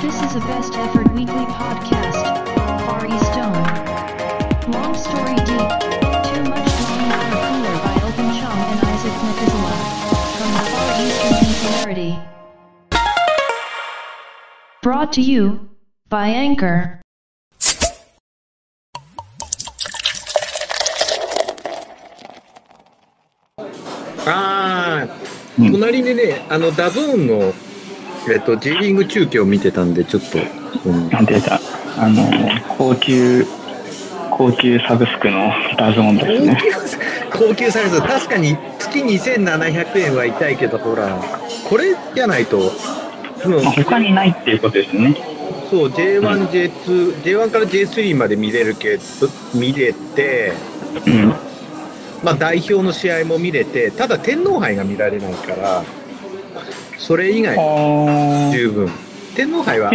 This is a best effort weekly podcast. Far East Zone. Long story deep. Too much long water cooler by Open Chong and Isaac Methuselah. From the Far Eastern Singularity. Brought to you by Anchor. 隣でね、ダゾーンの、J リーグ中継を見てたんで、ちょっと、 出た。高級サブスクのダゾーンですね。 高級サブスク、確かに月2700円は痛いけど、ほら、これじゃないと、 他にないっていうことですね。 そう、J1、J2、J1 から J3 まで見れて、まあ代表の試合も見れて、ただ天皇杯が見られないから、それ以外十分。天皇杯は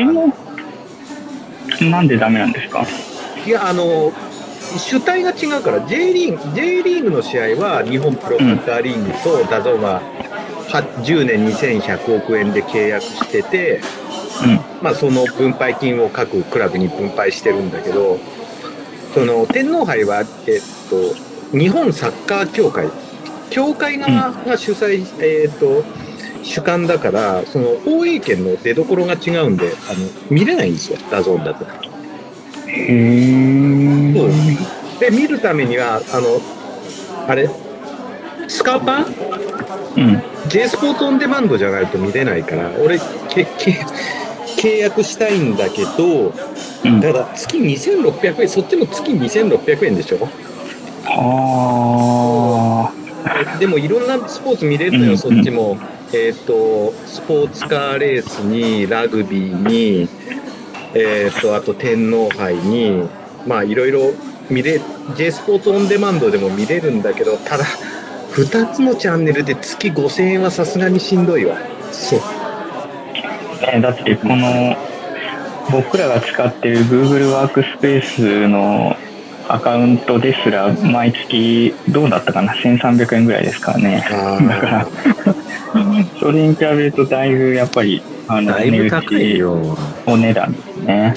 なんでダメなんですか？ いや、主体が違うから、J リーグの試合は日本プロサッカーリーグとダゾーンは10年2100億円で契約してて、まあその分配金を各クラブに分配してるんだけど、その天皇杯は日本サッカー協会側が主催、主管だから、その放映権の出所が違うんで、見れないんですよ、ダゾーンだと。そうで、見るためには、スカパー、J スポーツオンデマンドじゃないと見れないから、俺、契約したいんだけど、ただ月2600円、そっちも月2600円でしょ？でもいろんなスポーツ見れるのよ、そっちも。スポーツカーレースに、ラグビーに、あと天皇杯に、まあいろいろJ スポーツオンデマンドでも見れるんだけど、ただ、2つのチャンネルで月5000円はさすがにしんどいわ。そう。 だってこの、僕らが使ってる Google ワークスペースのアカウントですら毎月どうだったかな、1300円ぐらいですからね。だからそれに比べるとだいぶやっぱりだいぶ高いよ、 お値段ですね。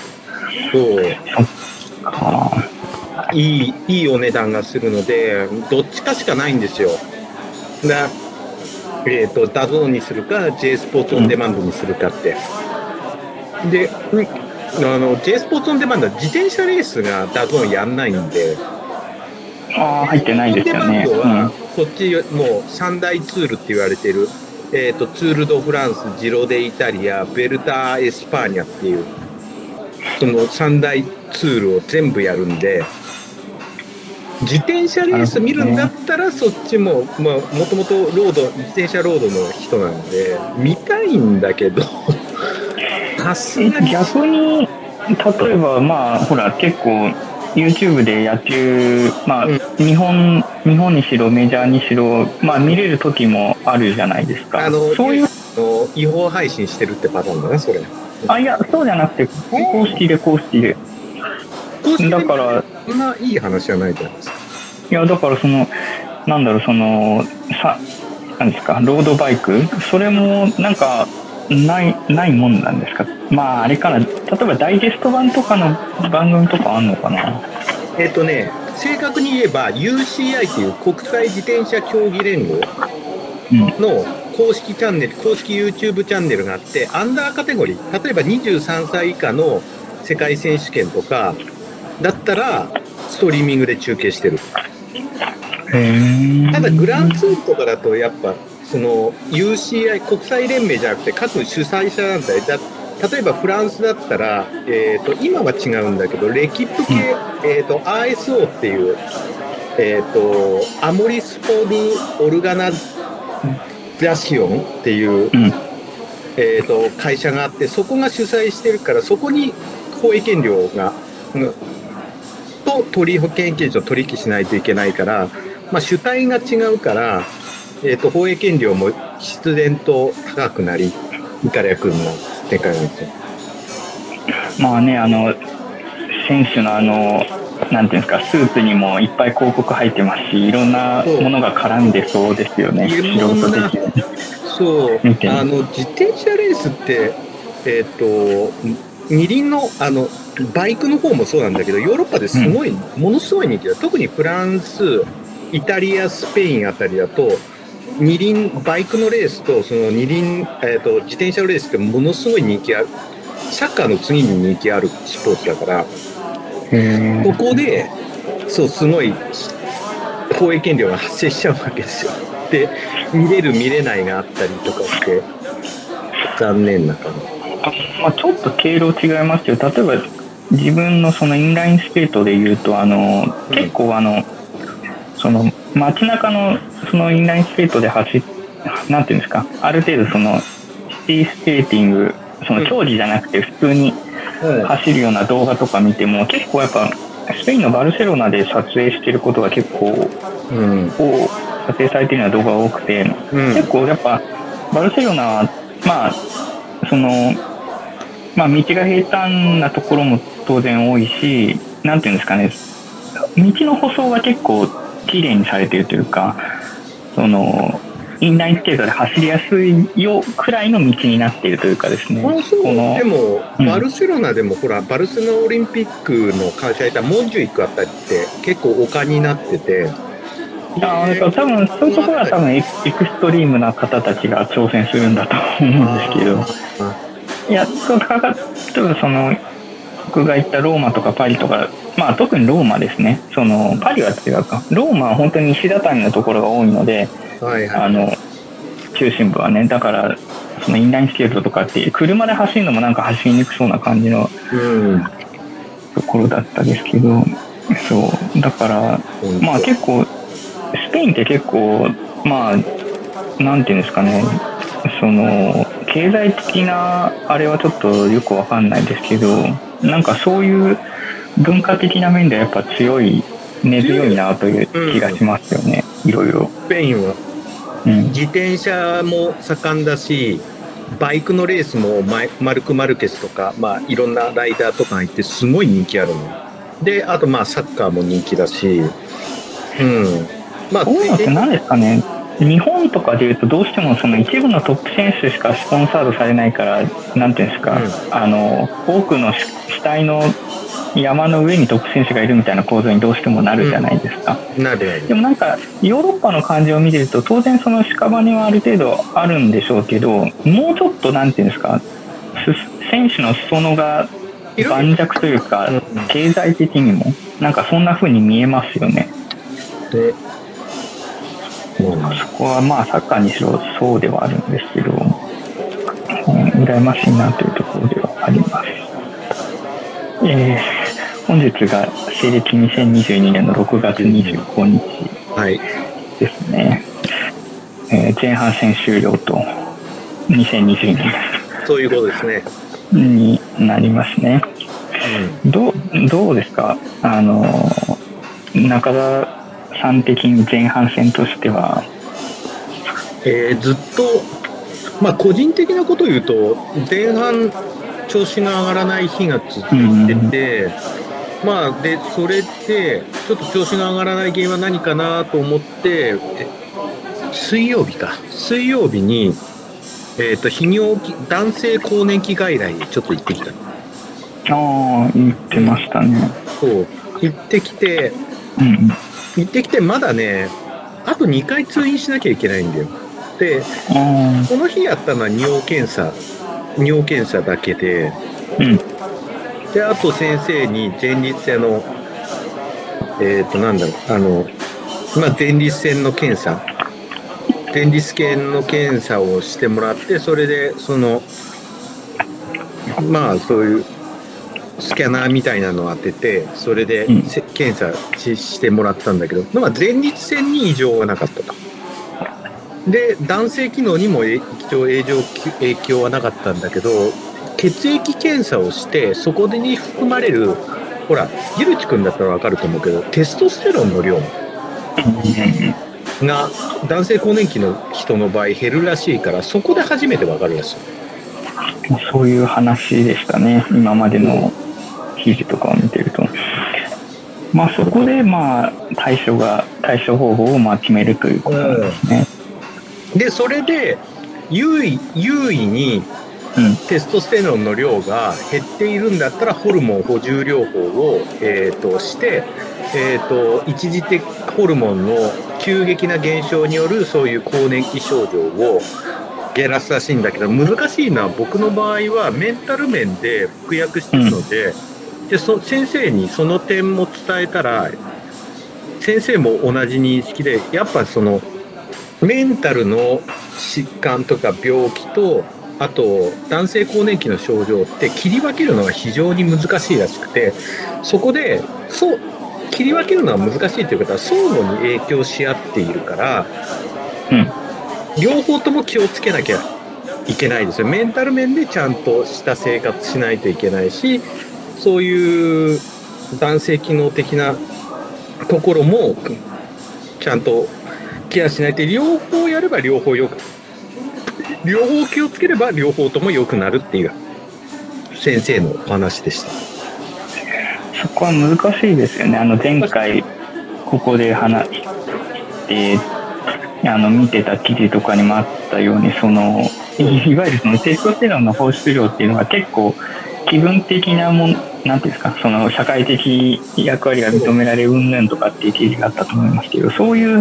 いいお値段がするので、どっちかしかないんですよ。ダゾーンにするか J スポーツオンデマンドにするかって。で、J スポーツオンデマンドは自転車レースがダゾーンやんないんで、 入ってないですよね。 そっちもう三大ツールって言われてる、ツール・ド・フランス、ジロ・デ・イタリア、ベルター・エスパーニャっていうその三大ツールを全部やるんで、自転車レース見るんだったらそっちももともと自転車ロードの人なんで見たいんだけどさすがに逆に例えばまあほら結構 YouTube で野球、まあ日本にしろメジャーにしろ、まあ見れる時もあるじゃないですか。そういう違法配信してるってパターンだね、それ。 いやそうじゃなくて公式でだからそんないい話じゃないじゃないですか。 いやだからなんですか、ロードバイク、それもなんかないもんなんですか。まああれかな、例えばダイジェスト版とかの番組とかあんのかな。 正確に言えば UCI っていう国際自転車競技連合の公式チャンネル、公式 YouTube チャンネルがあって、アンダーカテゴリー、例えば23歳以下の世界選手権とかだったらストリーミングで中継してる。ただグランツールとかだとやっぱその UCI 国際連盟じゃなくて各主催者なんだよ。例えばフランスだったら、今は違うんだけどレキップ系、RSO っていう、アモリスポル・オルガナザシオンっていう、会社があって、そこが主催してるから、そこに放映権料がと保険権者を取引しないといけないから、まあ、主体が違うから、放映権料も必然と高くなり、いかりゃくんの展開なんですよ。 まあね、選手のなんていうんですか、スーツにもいっぱい広告入ってますし、いろんなものが絡んでそうですよね、素人的に。 そう、自転車レースって、 二輪のバイクの方もそうなんだけど、ヨーロッパですごい、ものすごい人気だ。特にフランス、イタリア、スペインあたりだと、二輪、バイクのレースと、その二輪、自転車のレースってものすごい人気ある。サッカーの次に人気あるスポーツだから、ここで、そう、すごい、放映権料が発生しちゃうわけですよ。で、見れる見れないがあったりとかして、残念な感じ。 まあ、ちょっと経路違いますけど、例えば自分のそのインラインスケートでいうと、結構その街中のそのインラインスケートでなんていうんですか、ある程度そのシティスケーティング、その競技じゃなくて普通に走るような動画とか見ても、結構やっぱスペインのバルセロナで撮影してることが結構、撮影されているような動画が多くて、結構やっぱバルセロナはまあそのまあ道が平坦なところも当然多いし、なんていうんですかね、道の舗装が結構綺麗にされているというか、そのインラインスケートで走りやすいよくらいの道になっているというかですね。 でも、バルセロナでもほら、バルセロナオリンピックの開催したモンジュイクあたりって結構丘になってて、 多分そういうところは多分エクストリームな方たちが挑戦するんだと思うんですけど、いや、例えばその僕が行ったローマとかパリとか、まあ特にローマですね。そのパリは違うか。ローマは本当に石畳のところが多いので、中心部はね、だからそのインラインスケートとかって車で走るのもなんか走りにくそうな感じのところだったですけど、そうだからまあ結構スペインって結構まあなんていうんですかね、その経済的なあれはちょっとよくわかんないですけど、なんかそういう文化的な面でやっぱ根強いなという気がしますよね、いろいろ。 スペインは、自転車も盛んだし、バイクのレースもマルク・マルケスとか、まあいろんなライダーとかがいてすごい人気あるの。で、あとまあサッカーも人気だし、まあそういうのって何ですかね。日本とかでいうとどうしてもその一部のトップ選手しかスポンサードされないから、なんていうんですか、多くの主体の山の上にトップ選手がいるみたいな構造にどうしてもなるじゃないですか。でもなんかヨーロッパの感じを見てると当然その屍はある程度あるんでしょうけど、もうちょっとなんていうんですか、選手の裾野が盤石というか、経済的にもなんかそんな風に見えますよね。 でそこはまあサッカーにしろそうではあるんですけど、羨ましいなというところではあります。本日が西暦2022年の6月25日ですね。前半戦終了と2022年そういうことですねになりますね。どうですか、中田さん的に前半戦としては。 ずっと、まあ個人的なことを言うと、前半調子が上がらない日が続いてて、まあでそれでちょっと調子が上がらない原因は何かなと思って、水曜日に泌尿器男性更年期外来にちょっと行ってきた。 言ってましたね。 そう行ってきて、まだねあと2回通院しなきゃいけないんだよ。でこの日やったのは尿検査だけで、であと先生に前立腺の前立腺の検査、前立腺の検査をしてもらって、それでまあそういうスキャナーみたいなのを当てて、それで検査してもらったんだけど、前立腺に異常はなかったと。で男性機能にも影響はなかったんだけど、血液検査をしてそこに含まれる、ほらギルチ君だったら分かると思うけど、テストステロンの量が男性更年期の人の場合減るらしいから、そこで初めて分かるらしい。 そういう話でしたね、今までの記事とかを見てると。まあそこでまあ対処方法を決めるということなんですね。 でそれで優位にテストステロンの量が減っているんだったらホルモン補充療法を、して、一時的ホルモンの急激な減少によるそういう更年期症状を減らすらしいんだけど、難しいのは僕の場合はメンタル面で服薬してるので、先生にその点も伝えたら先生も同じ認識で、やっぱそのメンタルの疾患とか病気と、あと男性更年期の症状って切り分けるのが非常に難しいらしくて、そこで切り分けるのは難しいということは相互に影響し合っているから、両方とも気をつけなきゃいけないですよ。メンタル面でちゃんとした生活しないといけないし、そういう男性機能的なところもちゃんとケアしないと、両方やれば両方気をつければ両方とも良くなるっていう先生のお話でした。 そこは難しいですよね。前回ここで話して見てた記事とかにもあったように、いわゆるそのテストステロンの放出量っていうのが結構気分的なもん、なんていうんですか、その社会的役割が認められうんぬんとかっていう記事があったと思いますけど、そういう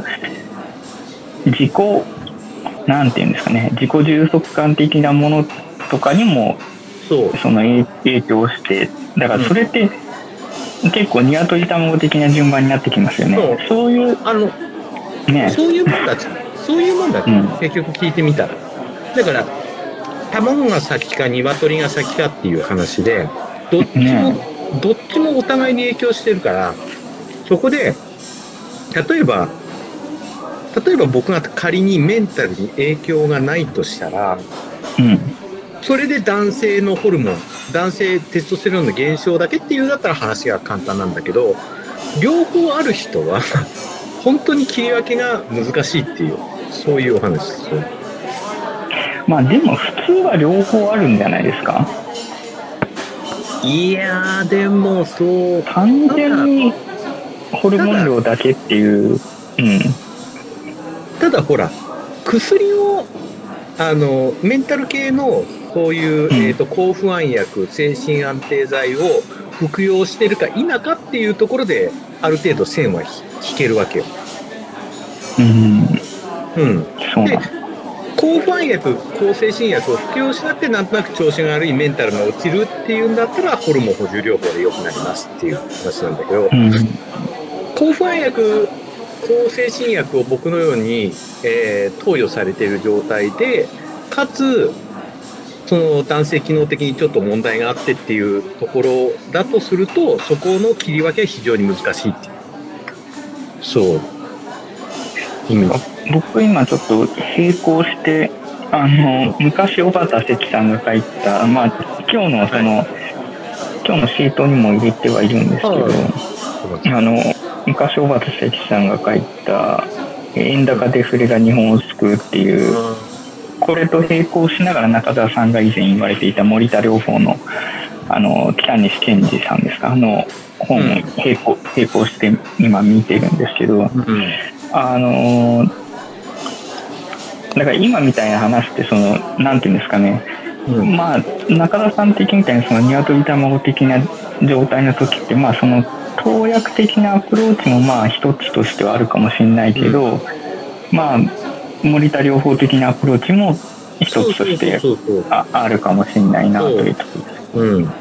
なんていうんですかね、自己充足感的なものとかにもその影響して、だからそれって結構鶏卵的な順番になってきますよね。そういうそういうもんだって、結局聞いてみたら、だから卵が先か鶏が先かっていう話で、どっちもお互いに影響してるから、そこで例えば僕が仮にメンタルに影響がないとしたら、それで男性のホルモン、男性テストステロンの減少だけっていうだったら話が簡単なんだけど、両方ある人は本当に切り分けが難しいっていう、そういうお話ですよ。 まあでも普通は両方あるんじゃないですか。 いやーでもそう完全にホルモン量だけっていう、 ただほら薬をメンタル系のそういう、抗不安薬、精神安定剤を服用してるか否かっていうところである程度線は引けるわけよ。で抗不安薬、抗精神薬を服用しなくてなんとなく調子が悪い、メンタルが落ちるっていうんだったらホルモン補充療法で良くなりますっていう話なんだけど、抗不安薬、抗精神薬を僕のように、投与されている状態で、かつその男性機能的にちょっと問題があってっていうところだとすると、そこの切り分けは非常に難しいっていう、そう僕今ちょっと並行して昔小畑関さんが書いた、今日の今日のシートにも入れてはいるんですけど、昔小畑関さんが書いた円高デフレが日本を救うっていう、これと並行しながら中澤さんが以前言われていた森田療法の北西健二さんですか、本を並行して今見てるんですけど、だから今みたいな話ってなんていうんですかね、中田さん的みたいに鶏卵的な状態の時って、投薬的なアプローチも一つとしてはあるかもしれないけど、森田療法的なアプローチも一つとしてあるかもしれないなというところです。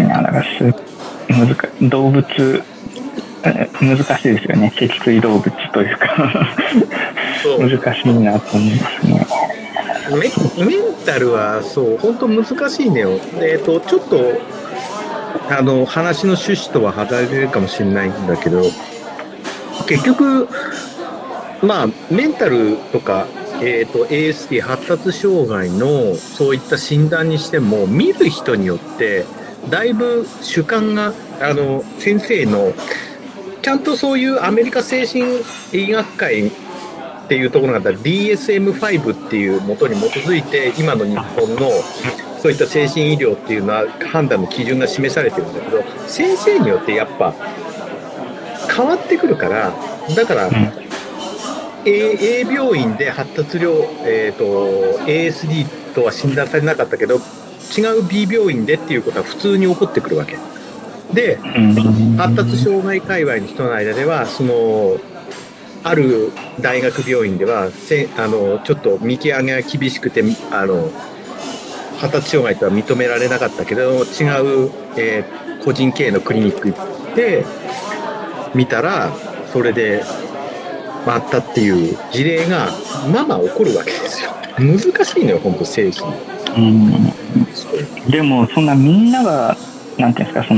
だから動物難しいですよね、脊椎動物というか難しいなと思いますね。 メンタルは本当難しいねよ。ちょっと話の趣旨とは離れるかもしれないんだけど、結局メンタルとか、ASD 発達障害のそういった診断にしても、見る人によってだいぶ主観が先生のちゃんとそういうアメリカ精神医学会っていうところがあったら DSM-5 っていう元に基づいて今の日本のそういった精神医療っていうのは判断の基準が示されてるんだけど、先生によってやっぱ変わってくるから、だから、A 病院で発達量、ASD ととは診断されなかったけど、違う B 病院でっていうことは普通に起こってくるわけで、発達障害界隈の人の間ではある大学病院ではちょっと見極めが厳しくて発達障害とは認められなかったけど、違う、個人経営のクリニック行って見たらそれであったっていう事例がまま起こるわけですよ。難しいのよ本当精神。 でもそんなみんながなんていうんですか、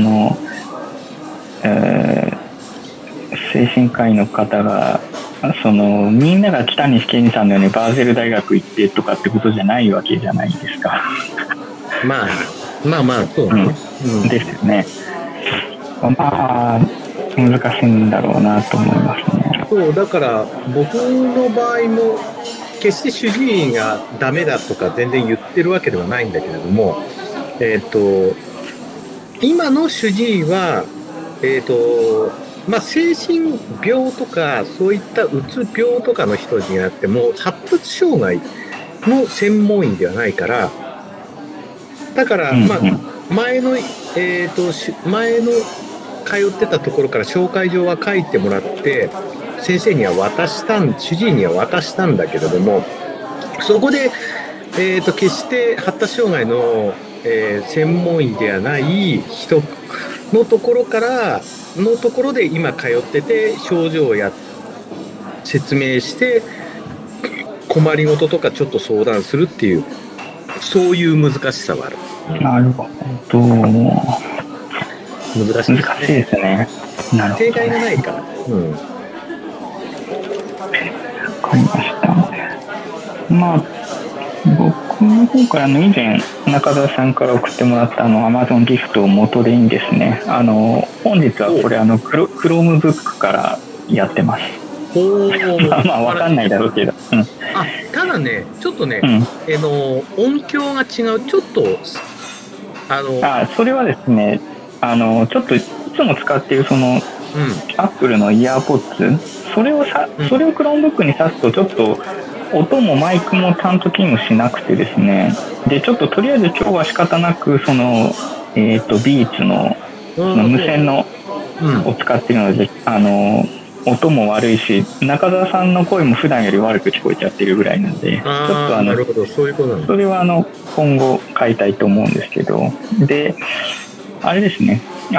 精神科医の方がみんなが北西健二さんのようにバーゼル大学行ってとかってことじゃないわけじゃないですか。 まあそうだね、 ですよね。まあ難しいんだろうなと思いますね。 そうだから僕の場合も決して主治医がダメだとか全然言ってるわけではないんだけれども、今の主治医は精神病とかそういったうつ病とかの人になっても発達障害の専門医ではないから、だから前の通ってたところから紹介状は書いてもらって先生には主治医には渡したんだけれども、そこで、決して発達障害の、専門医ではない人のところで今通ってて症状を説明して困りごととかちょっと相談するっていうそういう難しさはある。 なるほど。 難しいですね。なるほど。 正解がないから。わかりました。まあ僕の方から以前中田さんから送ってもらったAmazon ギフトを元でにですね、本日はこれChromebook からやってます。まあ分かんないだろうけど、 ただねちょっとね、音響が違うちょっとそれはですねちょっといつも使っているApple のイヤーポッツそれを Chromebook に挿すとちょっと音もマイクもちゃんと機能しなくてですね、でちょっととりあえず今日は仕方なくビーツの無線のを使っているので音も悪いし中澤さんの声も普段より悪く聞こえちゃってるぐらいなので、ちょっとなるほどそういうことなんだ。 それは今後変えたいと思うんですけど、であれですね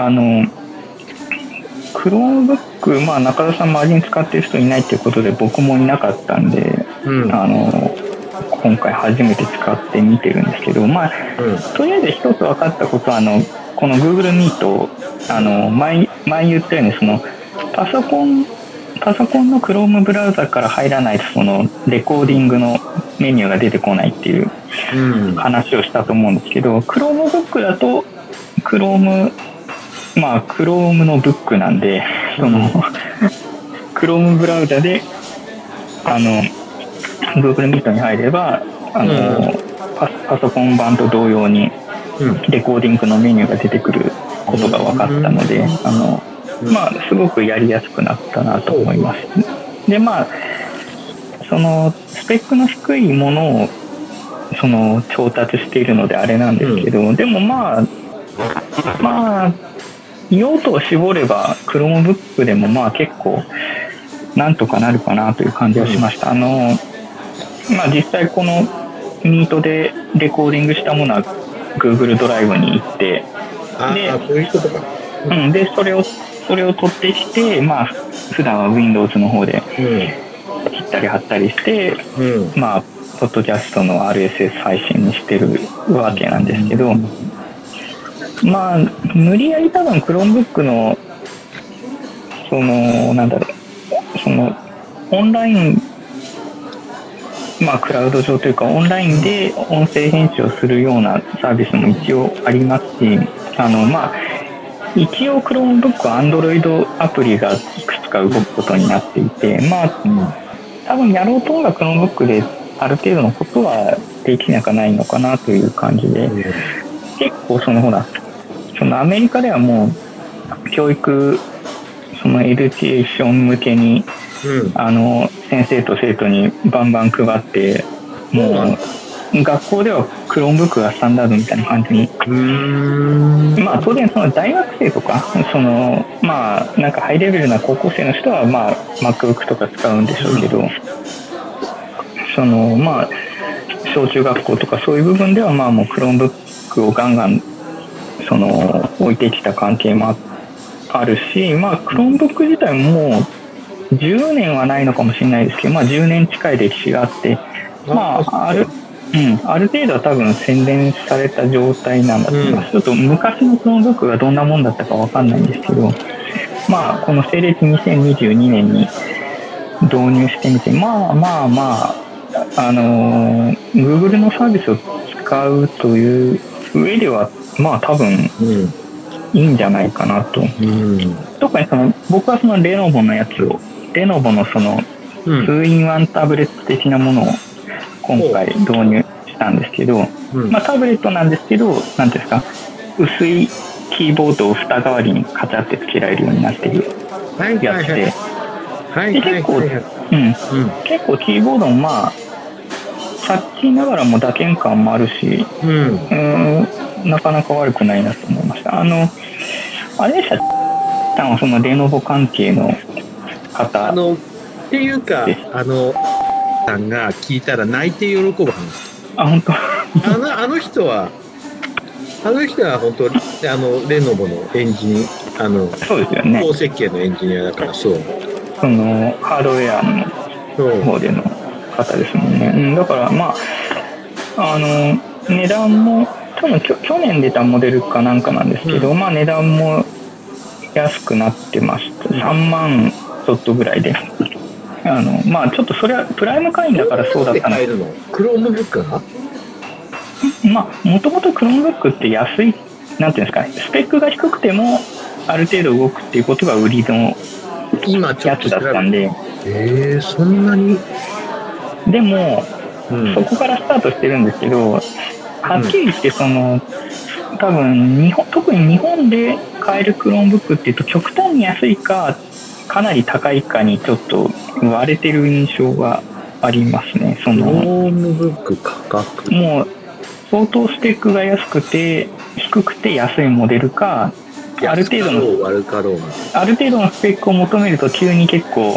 Chromebook、中田さん周りに使ってる人いないということで僕もいなかったんで、今回初めて使ってみてるんですけど、とりあえず一つ分かったことはこの Google Meet 前言ったようにパソコンの Chrome ブラウザから入らないとレコーディングのメニューが出てこないっていう話をしたと思うんですけど、Chromebook だと Chrome のブックなんでChrome ブラウザでGoogle Meet に入ればパソコン版と同様にレコーディングのメニューが出てくることが分かったので、すごくやりやすくなったなと思います。でスペックの低いものを調達しているのであれなんですけど、でも用途を絞れば Chromebook でも結構なんとかなるかなという感じがしました。実際このミートでレコーディングしたものは Google ドライブに行ってでそれを取ってきて普段は Windows の方で切ったり貼ったりして、ポッドキャストの RSS 配信にしてるわけなんですけど、無理やり多分 Chromebook のオンラインクラウド上というかオンラインで音声編集をするようなサービスも一応ありますし、一応 Chromebook は Android アプリがいくつか動くことになっていて、多分やろうと思えば Chromebook である程度のことはできなくないのかなという感じで、結構アメリカではもう教育エデュケーション向けに、先生と生徒にバンバン配ってもう学校ではクロームブックがスタンダードみたいな感じに、まあ当然その大学生とかまあなんかハイレベルな高校生の人はまあ MacBook とか使うんでしょうけど、まあ小中学校とかそういう部分ではまあもうクロームブックをガンガン置いてきた関係もあるし、まあクロームブック自体ももう10年はないのかもしれないですけど、まあ10年近い歴史があって、まあある程度は多分洗練された状態なんだと思います。ちょっと昔のクロームブックがどんなもんだったかわかんないんですけど、まあこの西暦2022年に導入してみて、まあGoogle のサービスを使うという上ではまあ多分いいんじゃないかなと。特に僕はレノボのやつを、レノボの2-in-1 タブレット的なものを今回導入したんですけど、まあタブレットなんですけど、なんですか、薄いキーボードを蓋代わりにカチャってつけられるようになっているやつで、結構キーボードもまあさっきながらも打鍵感もあるし、なかなか悪くないなと思いました。あれでしたはレノボ関係の方っていうかさんが聞いたら泣いて喜ぶ話。 本当。 あの人は本当レノボのエンジニアそうですよね。 高設計のエンジニアだから、そう。 ハードウェアの方での方ですもんね。だからまあ値段も多分去年出たモデルかなんかなんですけど、まあ値段も安くなってました。3万ちょっとぐらいで。まあちょっとそれはプライム会員だからそうだったの。 クロームブックがまあもともとクロームブックって安い、なんていうんですか、スペックが低くてもある程度動くっていうことが売りのやつだったんで。 そんなに。 でも、そこからスタートしてるんですけど、はっきり言って多分特に日本で買えるクロームブックっていうと極端に安いかかなり高いかにちょっと割れてる印象がありますね。 クロームブック価格もう相当スペックが安くて低くて安いモデルか、ある程度のスペックを求めると急に結構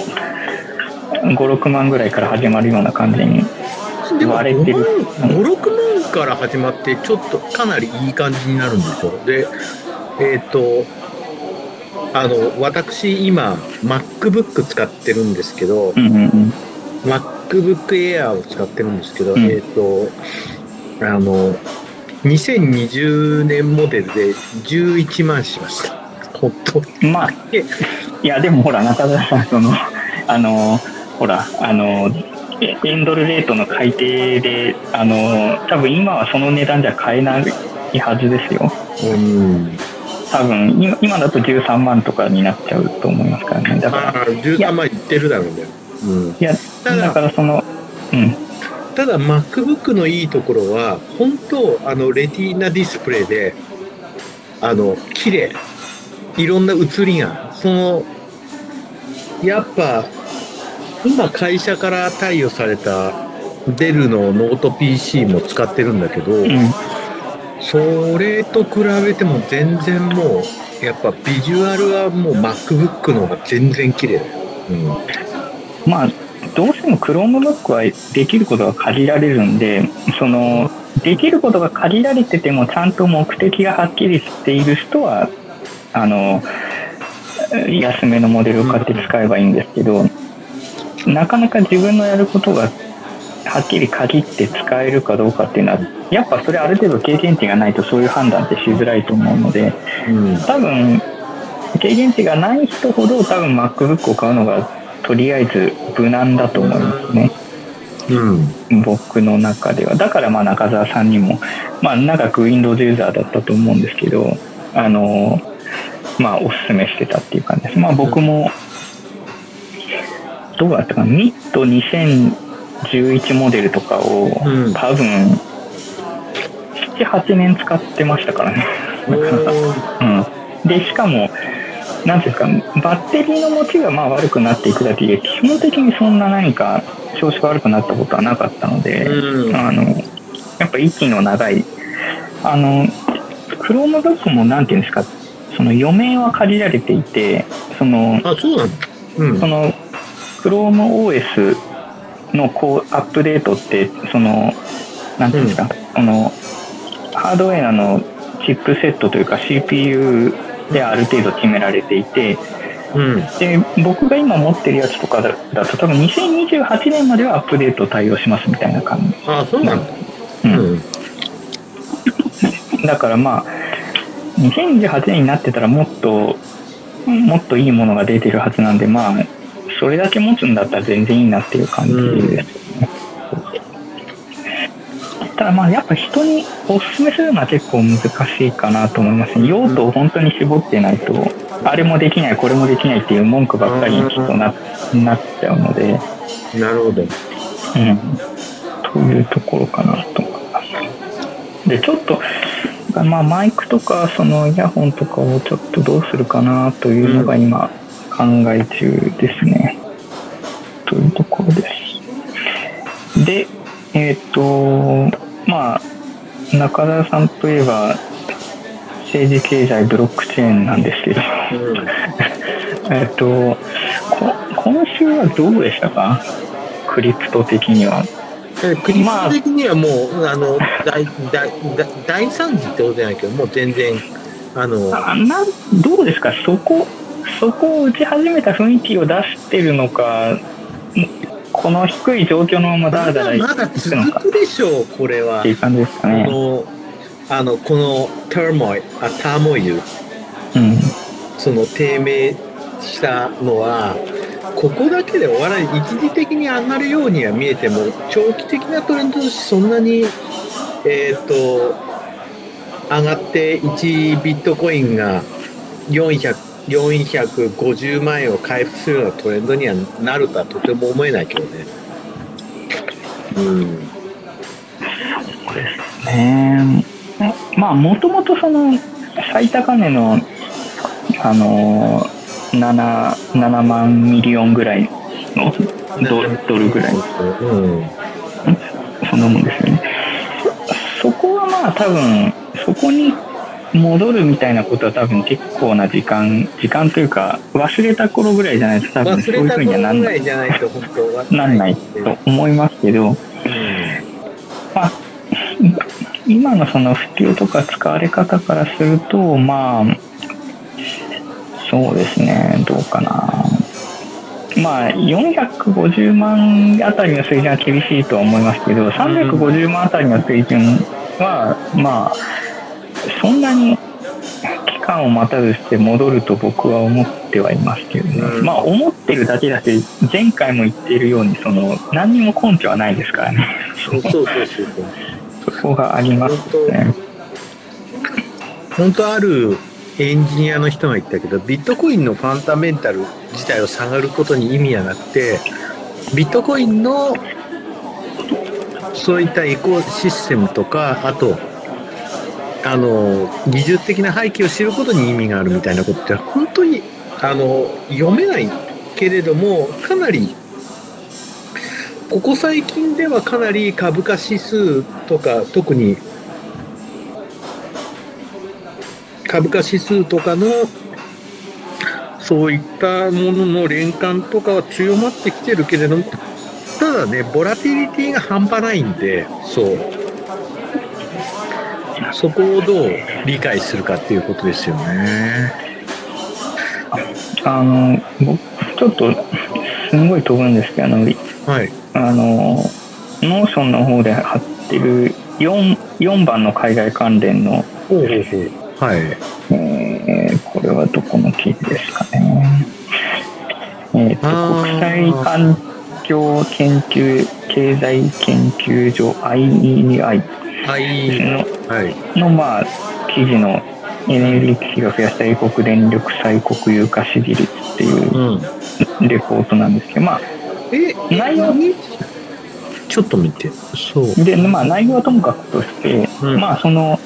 5、6万ぐらいから始まるような感じに割れてる。 5、6万から始まってちょっとかなりいい感じになるんでしょ。で、私今 MacBook 使ってるんですけど、MacBook Air を使ってるんですけど、2020年モデルで11万しました。本当に。 まあ、いやでもほら中澤さんほらエンドルレートの改定で多分今はその値段じゃ買えないはずですよ。多分今だと13万とかになっちゃうと思いますからね。だから 13万いってるだろうね。 いやだからただ MacBook のいいところは本当レティーナディスプレイで綺麗、いろんな写りがやっぱ今会社から貸与されたデルのノート PC も使ってるんだけど、それと比べても全然もうやっぱビジュアルはもう MacBook の方が全然綺麗だよ。 まあどうしても Chromebook はできることが限られるんで、できることが限られててもちゃんと目的がはっきりしている人は安めのモデルを買って使えばいいんですけど、なかなか自分のやることがはっきり限って使えるかどうかっていうのはやっぱそれある程度経験値がないとそういう判断ってしづらいと思うので、多分経験値がない人ほど多分 MacBook を買うのがとりあえず無難だと思いますね。僕の中では。だからまあ中澤さんにもまあ長く Windows ユーザーだったと思うんですけどまあおすすめしてたっていう感じです。まあ僕もどうだったかな、ミッド2011モデルとかを多分 7,8 年使ってましたからね。でしかもなんていうかバッテリーの持ちがまあ悪くなっていくだけで基本的にそんな何か調子が悪くなったことはなかったので、 やっぱ息の長い、Chromebook もなんていうんですか、その余命は限られていて、 そうなんだ。 その ChromeOS のこうアップデートって、そのなんていうんですか、ハードウェアのチップセットというか CPU である程度決められていて、で僕が今持ってるやつとかだと多分2028年まではアップデート対応しますみたいな感じ。 そうなんだ。 だからまあ2028年になってたらもっといいものが出てるはずなんで、まあそれだけ持つんだったら全然いいなっていう感じですね。ただまあやっぱ人におすすめするのは結構難しいかなと思いますね。用途を本当に絞ってないと、あれもできないこれもできないっていう文句ばっかりにきっとなっちゃうので。 なるほど。 というところかなと思います。でちょっとまあマイクとかそのイヤホンとかをちょっとどうするかなというのが今考え中ですね。というところです。でまあ中田さんといえば政治経済ブロックチェーンなんですけど、今週はどうでしたか、クリプト的には。 クリプト的にはもう、大惨事ってことじゃないけど、もう全然どうですか、そこを打ち始めた雰囲気を出してるのか、この低い状況のままだらだらいくのか。 まだ続くでしょう、これは。 っていう感じですかね。 このターモイル、その低迷したのは、ここだけで終わらない。一時的に上がるようには見えても、長期的なトレンドとしてそんなに、上がって1ビットコインが450万円を回復するようなトレンドにはなるとはとても思えないけどね。 そうですね。まあもともとその最高値の7万ミリオンぐらいのドルぐらい、そんなもんですよね。そこはまあ多分そこに戻るみたいなことは多分結構な時間というか、忘れた頃ぐらいじゃないと多分そういうふうにはなんないと思いますけど、まあ今のその普及とか使われ方からすると、まあそうですね、どうかな。まあ450万あたりの水準は厳しいとは思いますけど、350万あたりの水準はまあそんなに期間を待たずして戻ると僕は思ってはいますけどね。まあ思ってるだけだし、前回も言っているようにその何にも根拠はないですからね。そこがありますね。 本当あるエンジニアの人が言ったけど、ビットコインのファンダメンタル自体を下がることに意味はなくて、ビットコインのそういったエコシステムとか、あと技術的な背景を知ることに意味があるみたいなことって本当に読めないけれども、かなりここ最近ではかなり株価指数とか、特に株価指数とかのそういったものの連関とかは強まってきてるけれども、ただね、ボラティリティが半端ないんで、そこをどう理解するかっていうことですよね。 僕ちょっとすごい飛ぶんですけど、ノーションの方で貼ってる4番の海外関連の、これはどこの記事ですかね。国際環境研究経済研究所 IEI のまあ記事のエネルギー危機が増やした英国電力再国有化支持率っていうレポートなんですけど、まあ内容ちょっと見て、 でまあ内容はともかくとして、まあその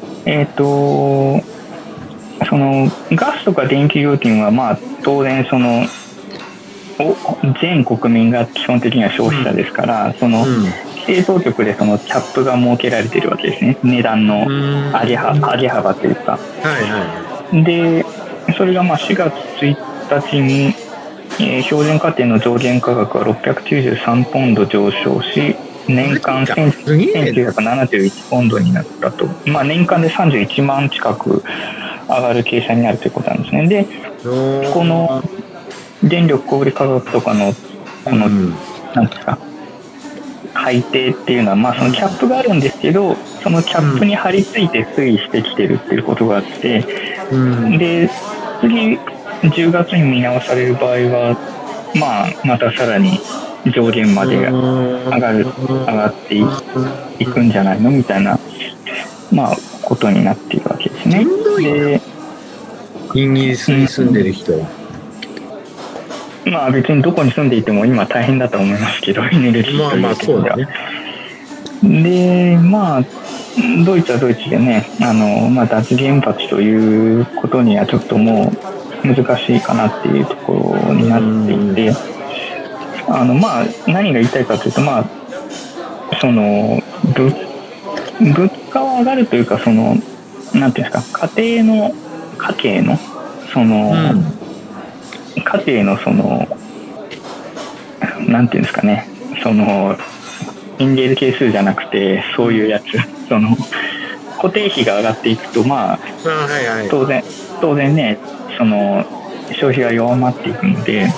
ガスとか電気料金はまあ当然その全国民が基本的には消費者ですから、その定当局でそのキャップが設けられているわけですね。値段の上げ幅というか。 はいはで、それがまあ4月1日に、標準家庭の上限価格は693ポンド上昇し、年間1971ポンドになったと。まあ年間で31万近く上がる計算になるということなんですね。で、この電力小売価格とかの、なんですか、改定っていうのは、まあそのキャップがあるんですけど、そのキャップに張り付いて推移してきてるっていうことがあって、で、次、10月に見直される場合は、まあ、またさらに上限まで上がっていくんじゃないのみたいな、まあ、ことになっているわけですね。で、 イギリスに住んでる人は。 まあ別にどこに住んでいても今大変だと思いますけど、エネルギーという点では。で、まあ、ドイツはドイツでね、まあ、脱原発ということにはちょっともう難しいかなっていうところになっていて、まあ、何が言いたいかというと、まあ、その、物価は上がるというか、その、なんていうんですか、家計の、その、家計のその、なんていうんですかね、その、インゲール係数じゃなくて、そういうやつ、その、固定費が上がっていくと、まあ、当然ね、その、消費が弱まっていくので、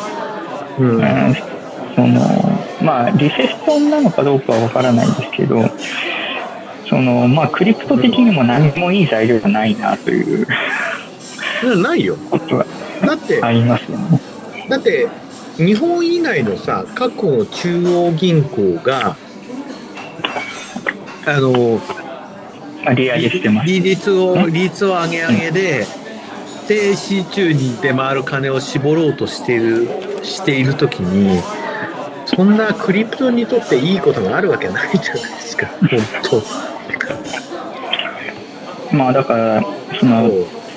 その、まあ、リセッションなのかどうかはわからないんですけど、その、まあ、クリプト的にも何もいい材料がないなという、 ないよ。 ことがありますよね。 だって、日本以外のさ、各国の中央銀行が、 利上げしてます。 利率を上げで、停止中に出回る金を絞ろうとしているときに、そんなクリプトにとっていいことがあるわけないじゃないですか、本当。まあだから、その、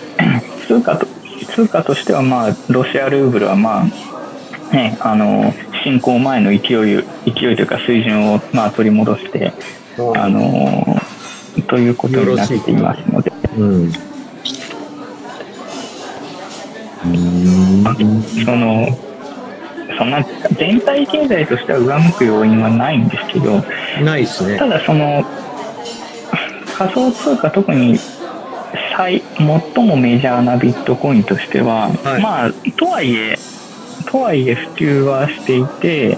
通貨としては、まあ、ロシアルーブルは、まあ、ね、侵攻前の勢いというか水準を、まあ、取り戻して、ということになっていますので。そんな全体経済としては上向く要因はないんですけど、 ないですね。 ただその仮想通貨、特に最もメジャーなビットコインとしては、まあとはいえ普及はしていて、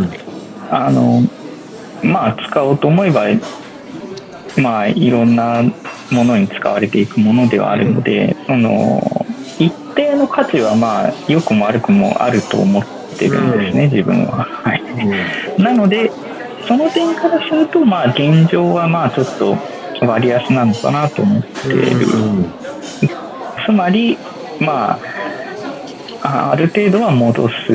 まあ使おうと思えば、まあいろんなものに使われていくものではあるので、その一定の価値はまあ良くも悪くもあると思ってるんですね、自分は。はい。なのでその点からすると、まあ現状はまあちょっと割安なのかなと思っている。つまりまあある程度は戻す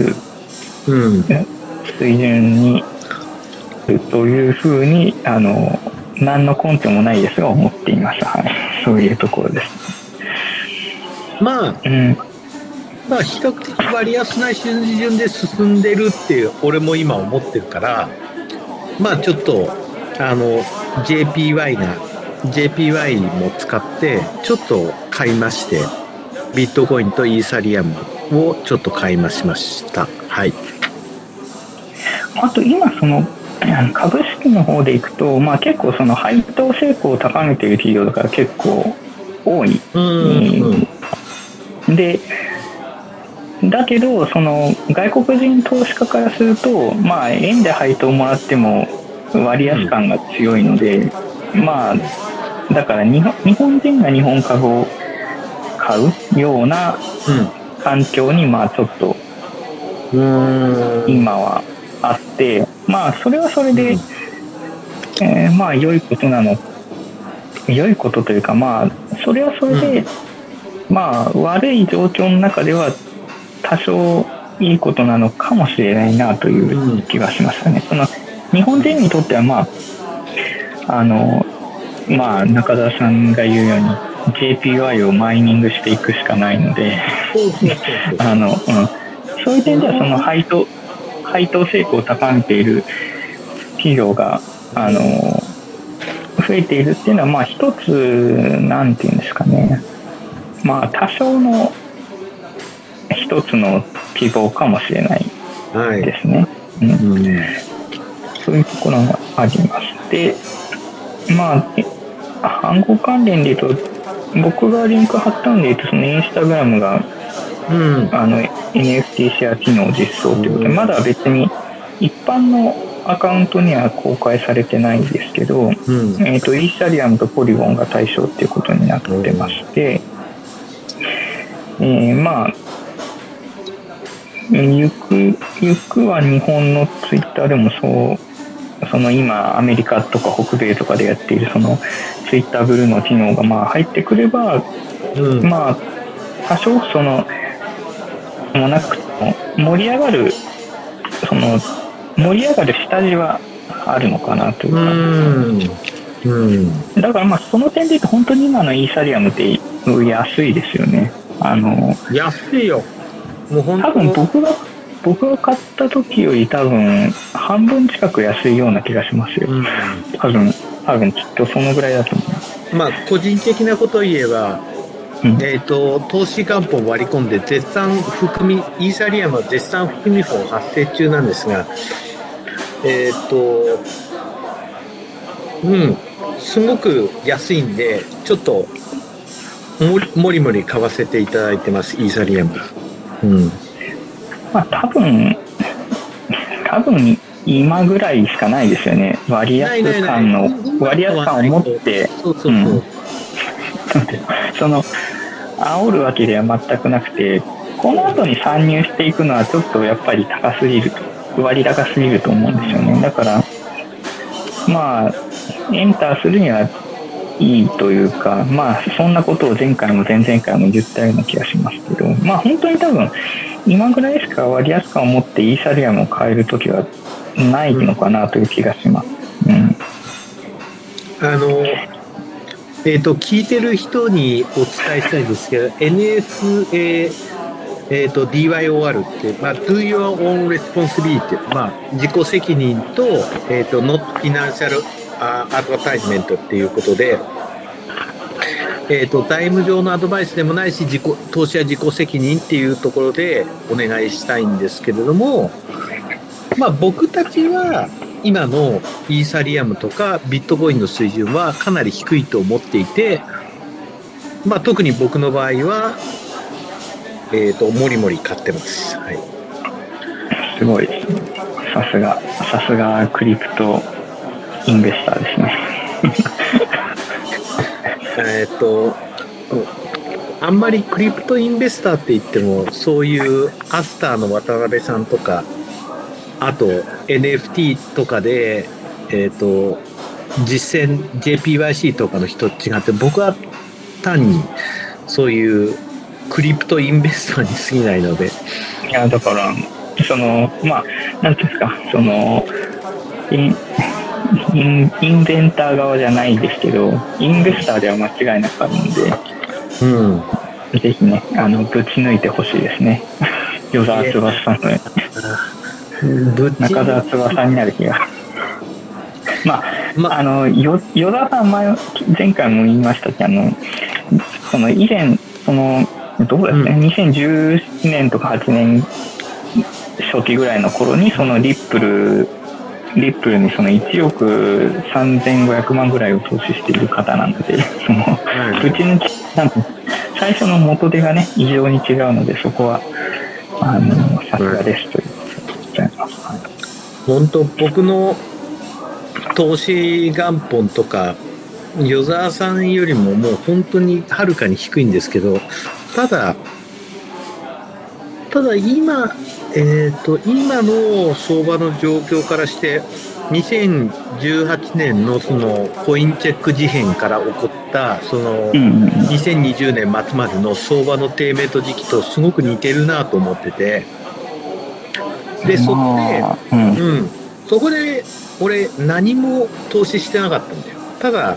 水準にというふうに何の根拠もないですが思っています。はい、そういうところです。 まあ、まあ比較的割安な水準で進んでるって俺も今思ってるから、まあちょっとJPY も使ってちょっと買いまして、ビットコインとイーサリアムをちょっと買い増しました。はい。 あと今その株式の方でいくと、まあ結構その配当成功を高めている企業だから結構多い。で、だけどその外国人投資家からすると、まあ円で配当をもらっても割安感が強いので、まあだから日本人が日本株を買うような環境にまあちょっと今はあって、まあそれはそれで、まあ良いことというか、まあそれはそれで、まあ悪い状況の中では多少いいことなのかもしれないなという気がしましたね。その日本人にとってはまあ中澤さんが言うように JPY をマイニングしていくしかないので、そういう点ではその配当成功を高めている企業があの増えているっていうのは、まあ一つなんていうんですかね、まあ多少の一つの希望かもしれないですね。そういうところがありまして、まあ暗号関連で言うと、僕がリンク貼ったので言うと、そのインスタグラムが、NFT シェア機能実装ということで、まだ別に一般のアカウントには公開されてないんですけど、イーサリアムとポリゴンが対象っていうことになってまして、まあゆくは日本のツイッターでもその今アメリカとか北米とかでやっているそのツイッターブルーの機能がまあ入ってくれば、まあ多少そのもなくても盛り上がる下地はあるのかなという感じ。だからまあその点で言うと本当に今のイーサリアムって安いですよね。 安いよ。もう本当多分僕が買った時より多分半分近く安いような気がしますよ。多分きっとそのぐらいだと思います。 まあ個人的なことを言えば、投資元本を割り込んでイーサリアムは絶賛含み損発生中なんですが、すごく安いんで、ちょっともりもり買わせていただいてます、イーサリアム。 まあ多分今ぐらいしかないですよね。割安感を持って、その煽るわけでは全くなくて、この後に参入していくのはちょっとやっぱり割高すぎると思うんですよね。だからまあエンターするにはいいというか、まあそんなことを前回も前々回も言ったような気がしますけど、まあ本当に多分今ぐらいしか割安感を持ってイーサリアムを買えるときはないのかなという気がします。 聞いてる人にお伝えしたいんですけど、NFA、DYOR って、まあ、Do Your Own Responsibility、まあ、自己責任と、Not Financial Advertisement っていうことで、財務上のアドバイスでもないし、投資は自己責任っていうところでお願いしたいんですけれども、まあ、僕たちは今のイーサリアムとかビットコインの水準はかなり低いと思っていて、まあ、特に僕の場合は、もりもり買ってます。はい、 すごい。さすがクリプトインベスターですね。 あんまりクリプトインベスターって言っても、そういうアスターの渡辺さんとか、あと NFT とかで、実践 JPYC とかの人と違って、僕は単にそういうクリプトインベスターに過ぎないので。 いや、だからまあなんていうんですか、インベンター側じゃないですけど、インベスターでは間違いなくあるんで、ぜひね、ぶち抜いてほしいですね。与沢翼さんの中澤翼になる気が。与沢さん前回も言いましたけど、以前どうですね、2017年とか8年初期ぐらいの頃にリップルに1億3500万ぐらいを投資している方なので、ぶち抜き最初の元手がね異常に違うので、そこはさすがですということでございます。 本当、僕の投資元本とか与沢さんよりももう本当にはるかに低いんですけど、ただ今の相場の状況からして2018年のコインチェック事変から起こった2020年末までの相場の低迷と時期とすごく似てるなと思ってて、でそこで俺何も投資してなかったんだよ。ただ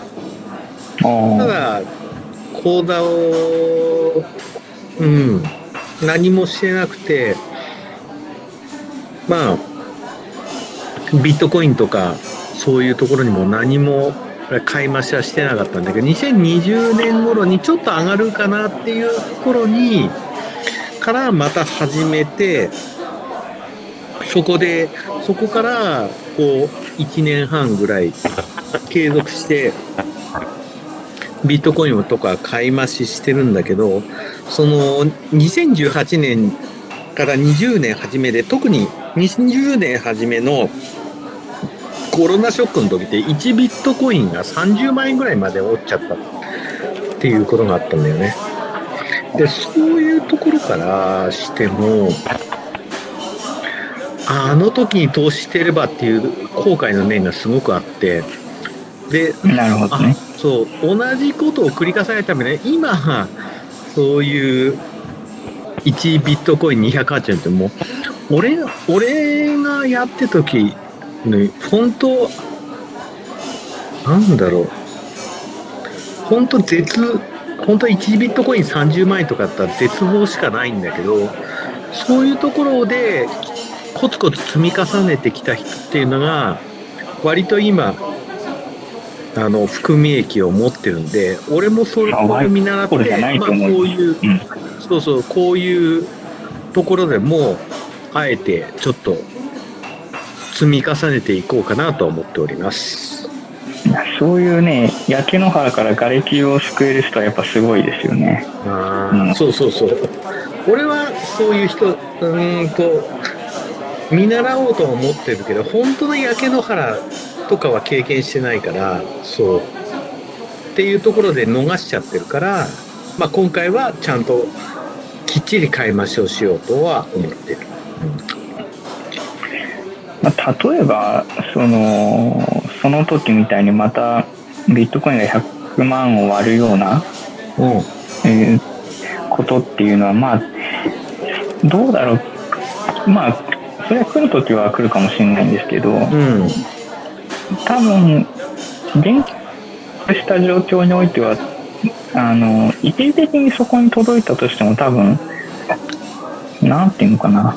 口座を何もしてなくて、まあビットコインとかそういうところにも何も買い増しはしてなかったんだけど、2020年頃にちょっと上がるかなっていう頃にからまた始めて、そこからこう1年半ぐらい継続してビットコインとか買い増ししてるんだけど、その2018年から20年初めで、特に20年初めのコロナショックの時って1ビットコインが30万円ぐらいまで落ちちゃったっていうことがあったんだよね。で、そういうところからしても、あの時に投資してればっていう後悔の念がすごくあって、で、 なるほどね。 そう、同じことを繰り返されるために、今、そういう1ビットコイン280円ってもう、俺がやってた時に、本当、なんだろう、本当1ビットコイン30万円とかだったら絶望しかないんだけど、そういうところでコツコツ積み重ねてきた人っていうのが、割と今、含み益を持ってるんで、俺もそれを見習って、こういう、こういうところでも、あえてちょっと積み重ねていこうかなと思っております。 そういうね、焼け野原から瓦礫を救える人はやっぱすごいですよね。 そうそうそう。俺はそういう人、見習おうとは思ってるけど、本当の焼け野原とかは経験してないから、そうっていうところで逃しちゃってるから、まあ今回はちゃんときっちり買い増しをしようとは思ってる。 まあ、例えばその時みたいにまたビットコインが100万を割るような、ことっていうのは、まあどうだろう、まあそれは来る時は来るかもしれないんですけど、多分現した状況においては一時的にそこに届いたとしても、多分なんていうのかな、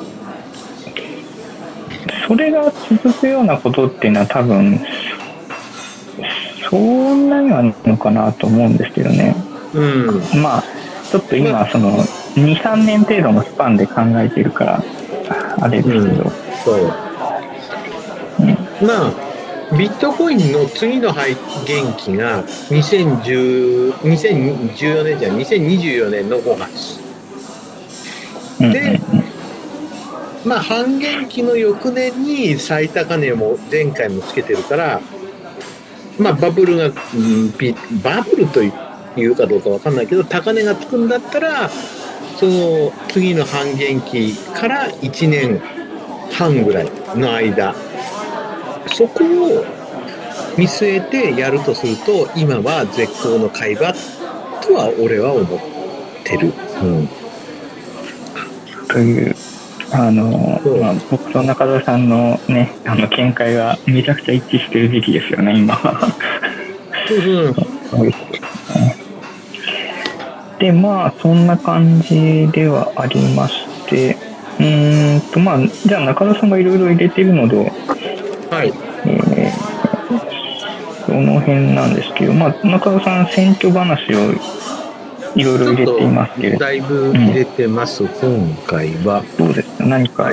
それが続くようなことっていうのは多分そんなにはないのかなと思うんですけどね。まあちょっと今その 2,3 年程度のスパンで考えているからあれですけど、 まあビットコインの次の減期が2024年じゃ2024年の5月で、まあ半減期の翌年に最高値も前回もつけてるから、まあバブルというかどうかわかんないけど、高値がつくんだったら、その次の半減期から1年半ぐらいの間、そこを見据えてやるとすると、今は絶好の買い場とは俺は思ってる。 というまあ、僕と中田さんのね、見解がめちゃくちゃ一致してる時期ですよね、今。で、まあそんな感じではありまして、まあじゃあ中田さんがいろいろ入れてるので、 はい。 その辺なんですけど、まあ中田さん選挙話をいろいろ入れていますけれど、 だいぶ入れてます、今回は。 そうですね。何か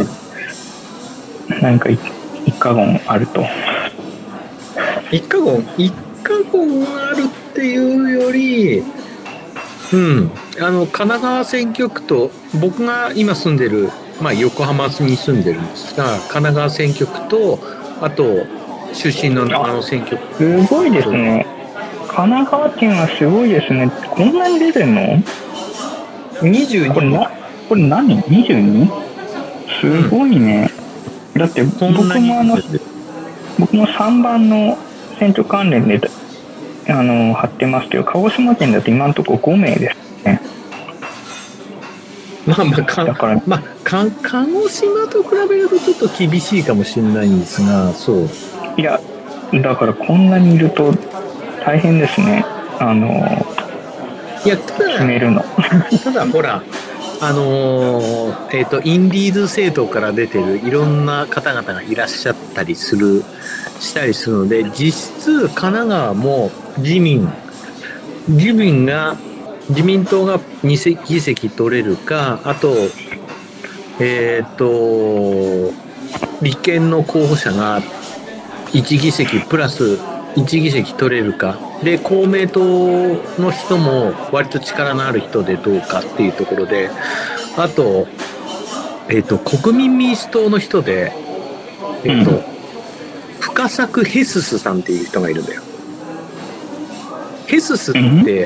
一過言あると。 一過言あるっていうより、神奈川選挙区と、僕が今住んでる、まあ横浜に住んでるんですが、神奈川選挙区と、あと出身の長野選挙区。 すごいですね。神奈川県はすごいですね。こんなに出てんの ?22。 これ何 ?22? すごいね。だって僕も3番の選挙関連で貼ってますけど、鹿児島県だと今のところ5名ですね。 鹿児島と比べるとちょっと厳しいかもしれないんですが、そう。 いや、だからこんなにいると大変ですね。 いや、決めるの。ただほら、インディーズ政党から出てるいろんな方々がいらっしゃったりするしたりするので、実質神奈川も自民が、自民党が2議席取れるか、あと、立憲の候補者が1議席プラス1議席取れるか。で、公明党の人も割と力のある人でどうかっていうところで、あと、国民民主党の人で、深作ヘススさんっていう人がいるんだよ。ヘススって、って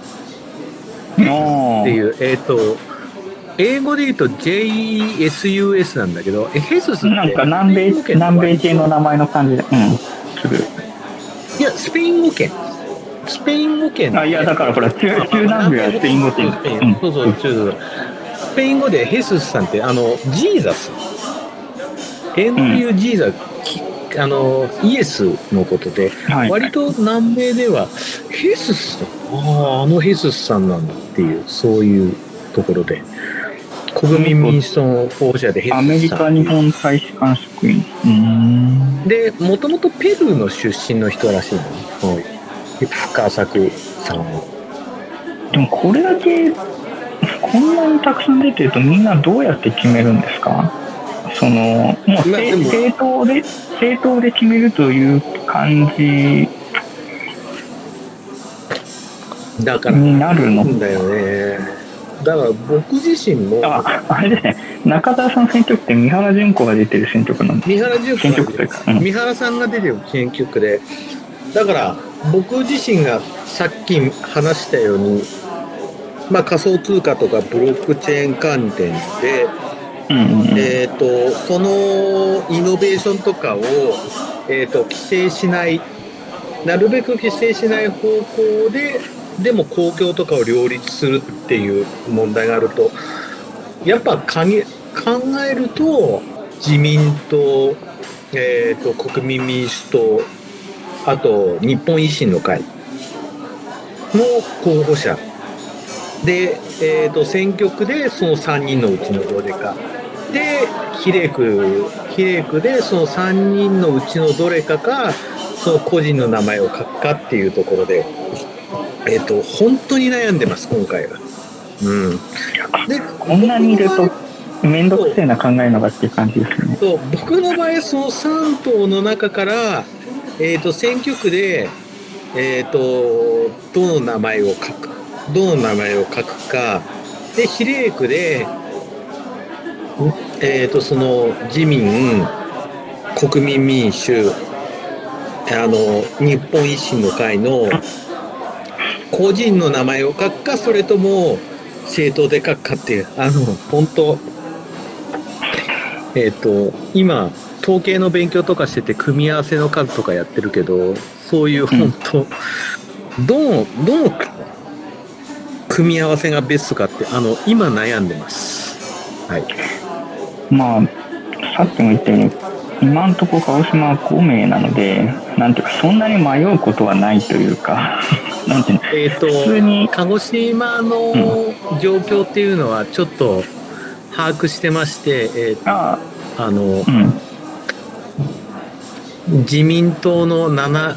いう、英語で言うと JESUS なんだけど、ヘススって。 なんか南米系の名前の感じで、する。 いや、スペイン語圏。 あ、いや、だからほら、中南米はスペイン語圏。 そう、スペイン語でヘススさんって、ジーザス。英語で言うジーザス。イエスのことで、割と南米ではヘススさん、ヘススさんなんだっていう、そういうところで、国民民主党の候補者でヘススさん。 アメリカ日本大使館職員。 で、もともとペルーの出身の人らしいのね。深作さんは。 でもこれだけ、こんなにたくさん出てるとみんなどうやって決めるんですか？もう政党で決めるという感じだからになるのだよね。だから僕自身もあれですね、中澤さん選挙区って三原純子が出てる選挙区なんで。 三原純子三原さんが出てる選挙区で、だから僕自身がさっき話したように、仮想通貨とかブロックチェーン関連で、そのイノベーションとかを、規制しない、なるべく規制しない方向でも公共とかを両立するっていう問題があると、やっぱ考えると自民党、国民民主党、あと日本維新の会の候補者で、選挙区でその3人のうちのどれかで、比例区でその3人のうちのどれかか、その個人の名前を書くかっていうところで、本当に悩んでます、今回は。 で、こんなにいると面倒くせえな考えのがっていう感じですね。 そう僕の場合、その3党の中から、選挙区で、どの名前を書くかで、比例区で、その自民、国民民主、日本維新の会の個人の名前を書くか、それとも政党で書くかっていう、本当、今統計の勉強とかしてて組み合わせの数とかやってるけど、そういう本当、どの組み合わせがベストかって今悩んでます。はい。 さっきも言ったように今のところ鹿児島は5名なので、なんていうかそんなに迷うことはないというかなんていうの、普通に鹿児島の状況っていうのはちょっと把握してまして、自民党の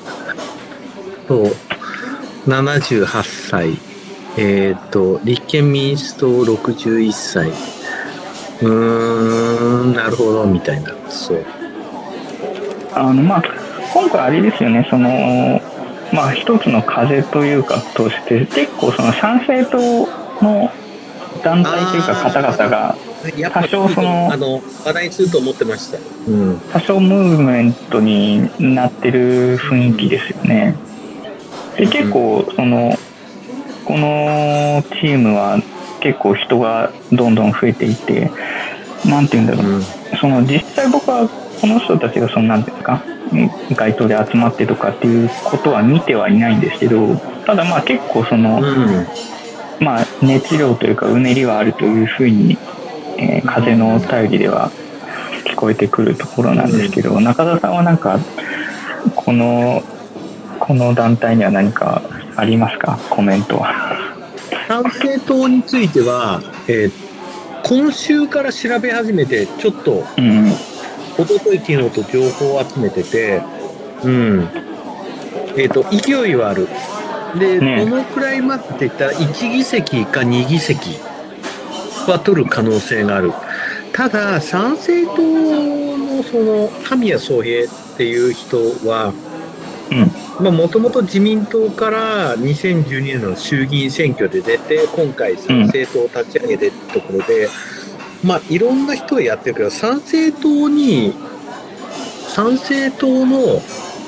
78歳、立憲民主党61歳、なるほどみたいな。そう。 今回あれですよね、一つの風というかとして結構その参政党の団体というか方々が多少話題にすると思ってました。 多少ムーブメントになってる雰囲気ですよね。で結構このチームは結構人がどんどん増えていて、なんていうんだろう、実際僕はこの人たちがなんていうんですか、街頭で集まってとかっていうことは見てはいないんですけど、ただ結構熱量というかうねりはあるというふうに、風の便りでは聞こえてくるところなんですけど、中田さんはなんかこの団体には何かありますか、コメントは。 参政党については、今週から調べ始めてちょっと、一昨日昨日と情報を集めてて、 うん。勢いはある。で、 ねどのくらい待って言ったら、1議席か2議席は取る可能性がある。ただ、参政党のその、神谷宗平っていう人は、 うん。 まあ、もともと自民党から2012年の衆議院選挙で出て、今回参政党を立ち上げてってところで、まあ、いろんな人がやってるけど、参政党の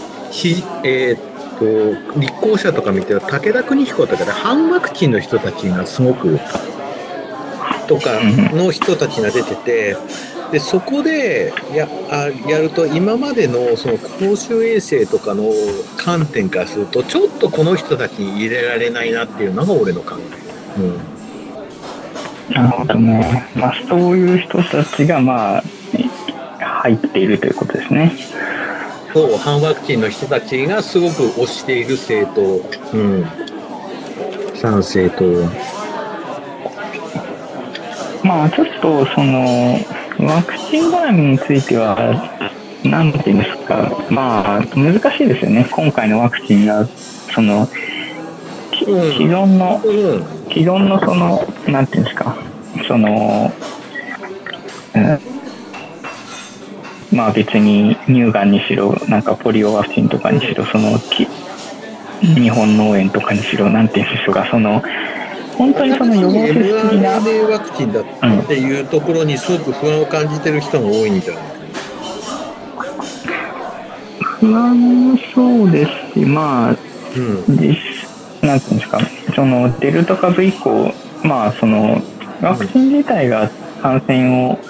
立候補者とか見てると、武田邦彦とかで反ワクチンの人たちがすごく、とかの人たちが出てて、で、そこでやると、今までのその公衆衛生とかの観点からすると、ちょっとこの人たちに入れられないなっていうのが俺の考え。うん。 なるほどね。まあ、そういう人たちが、まあ、入っているということですね。 そう、反ワクチンの人たちがすごく推している政党。うん。参政党は。 まあ、ちょっと、ワクチン絡みについては、なんていうんですか、まあ、難しいですよね。今回のワクチンが、既存の、なんていうんですか、まあ別に乳がんにしろ、なんかポリオワクチンとかにしろ、日本脳炎とかにしろ、なんていうんでしょうか、本当に予防接的な mRNA ワクチンだっていうところにすごく不安を感じてる人が多いんじゃないかな。 不安もそうですし、まあ、なんていうんですか、デルタ株以降、まあワクチン自体が感染を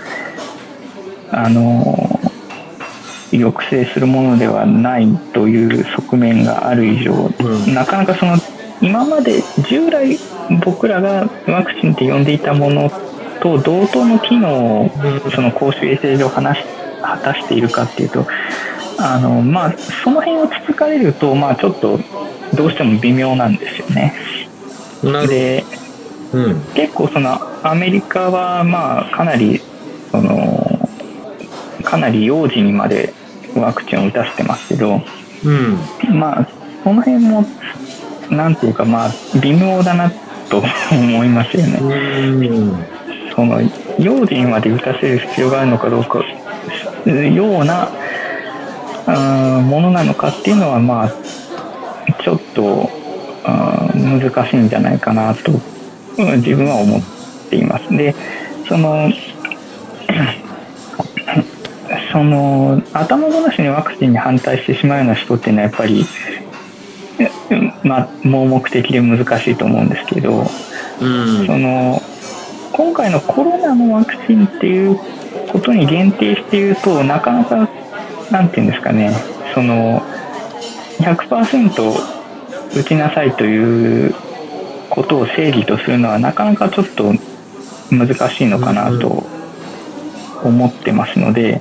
抑制するものではないという側面がある以上、なかなか今まで従来僕らがワクチンって呼んでいたものと同等の機能を公衆衛生上果たしているかっていうと、まあその辺をつつかれると、まあちょっとどうしても微妙なんですよね。で、結構アメリカはまあかなり幼児にまでワクチンを打たせてますけど、まあその辺もなんていうか、まあ微妙だなと思いますよね。幼児にまで打たせる必要があるのかどうかようなものなのかっていうのは、まあちょっと難しいんじゃないかなと自分は思っています。で、頭ごなしにワクチンに反対してしまうような人っていうのはやっぱり、まあ、盲目的で難しいと思うんですけど、今回のコロナのワクチンっていうことに限定して言うと、なかなかなんていうんですかね、100% 打ちなさいということを正義とするのはなかなかちょっと難しいのかなと思ってますので、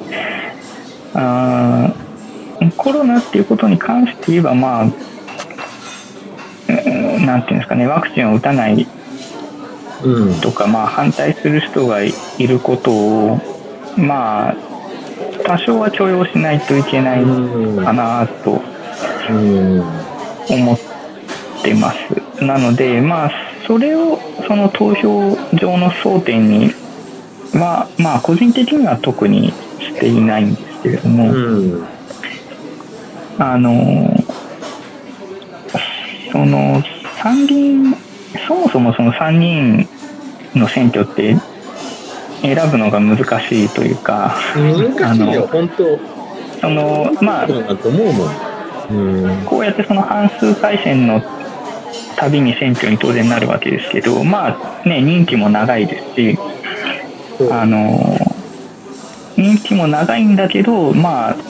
コロナっていうことに関して言えば、まあなんていうんですかね、ワクチンを打たないとか、まあ反対する人がいることを、まあ多少は許容しないといけないかなと思ってます。なので、まあそれを投票上の争点には、まあ個人的には特にしていないんですけれども、参議院、そもそも参議院の選挙って選ぶのが難しいというか、 難しいよ、本当。 まあ、こうやって半数改選のたびに選挙に当然なるわけですけど、まあね、任期も長いですし、任期も長いんだけど、まあ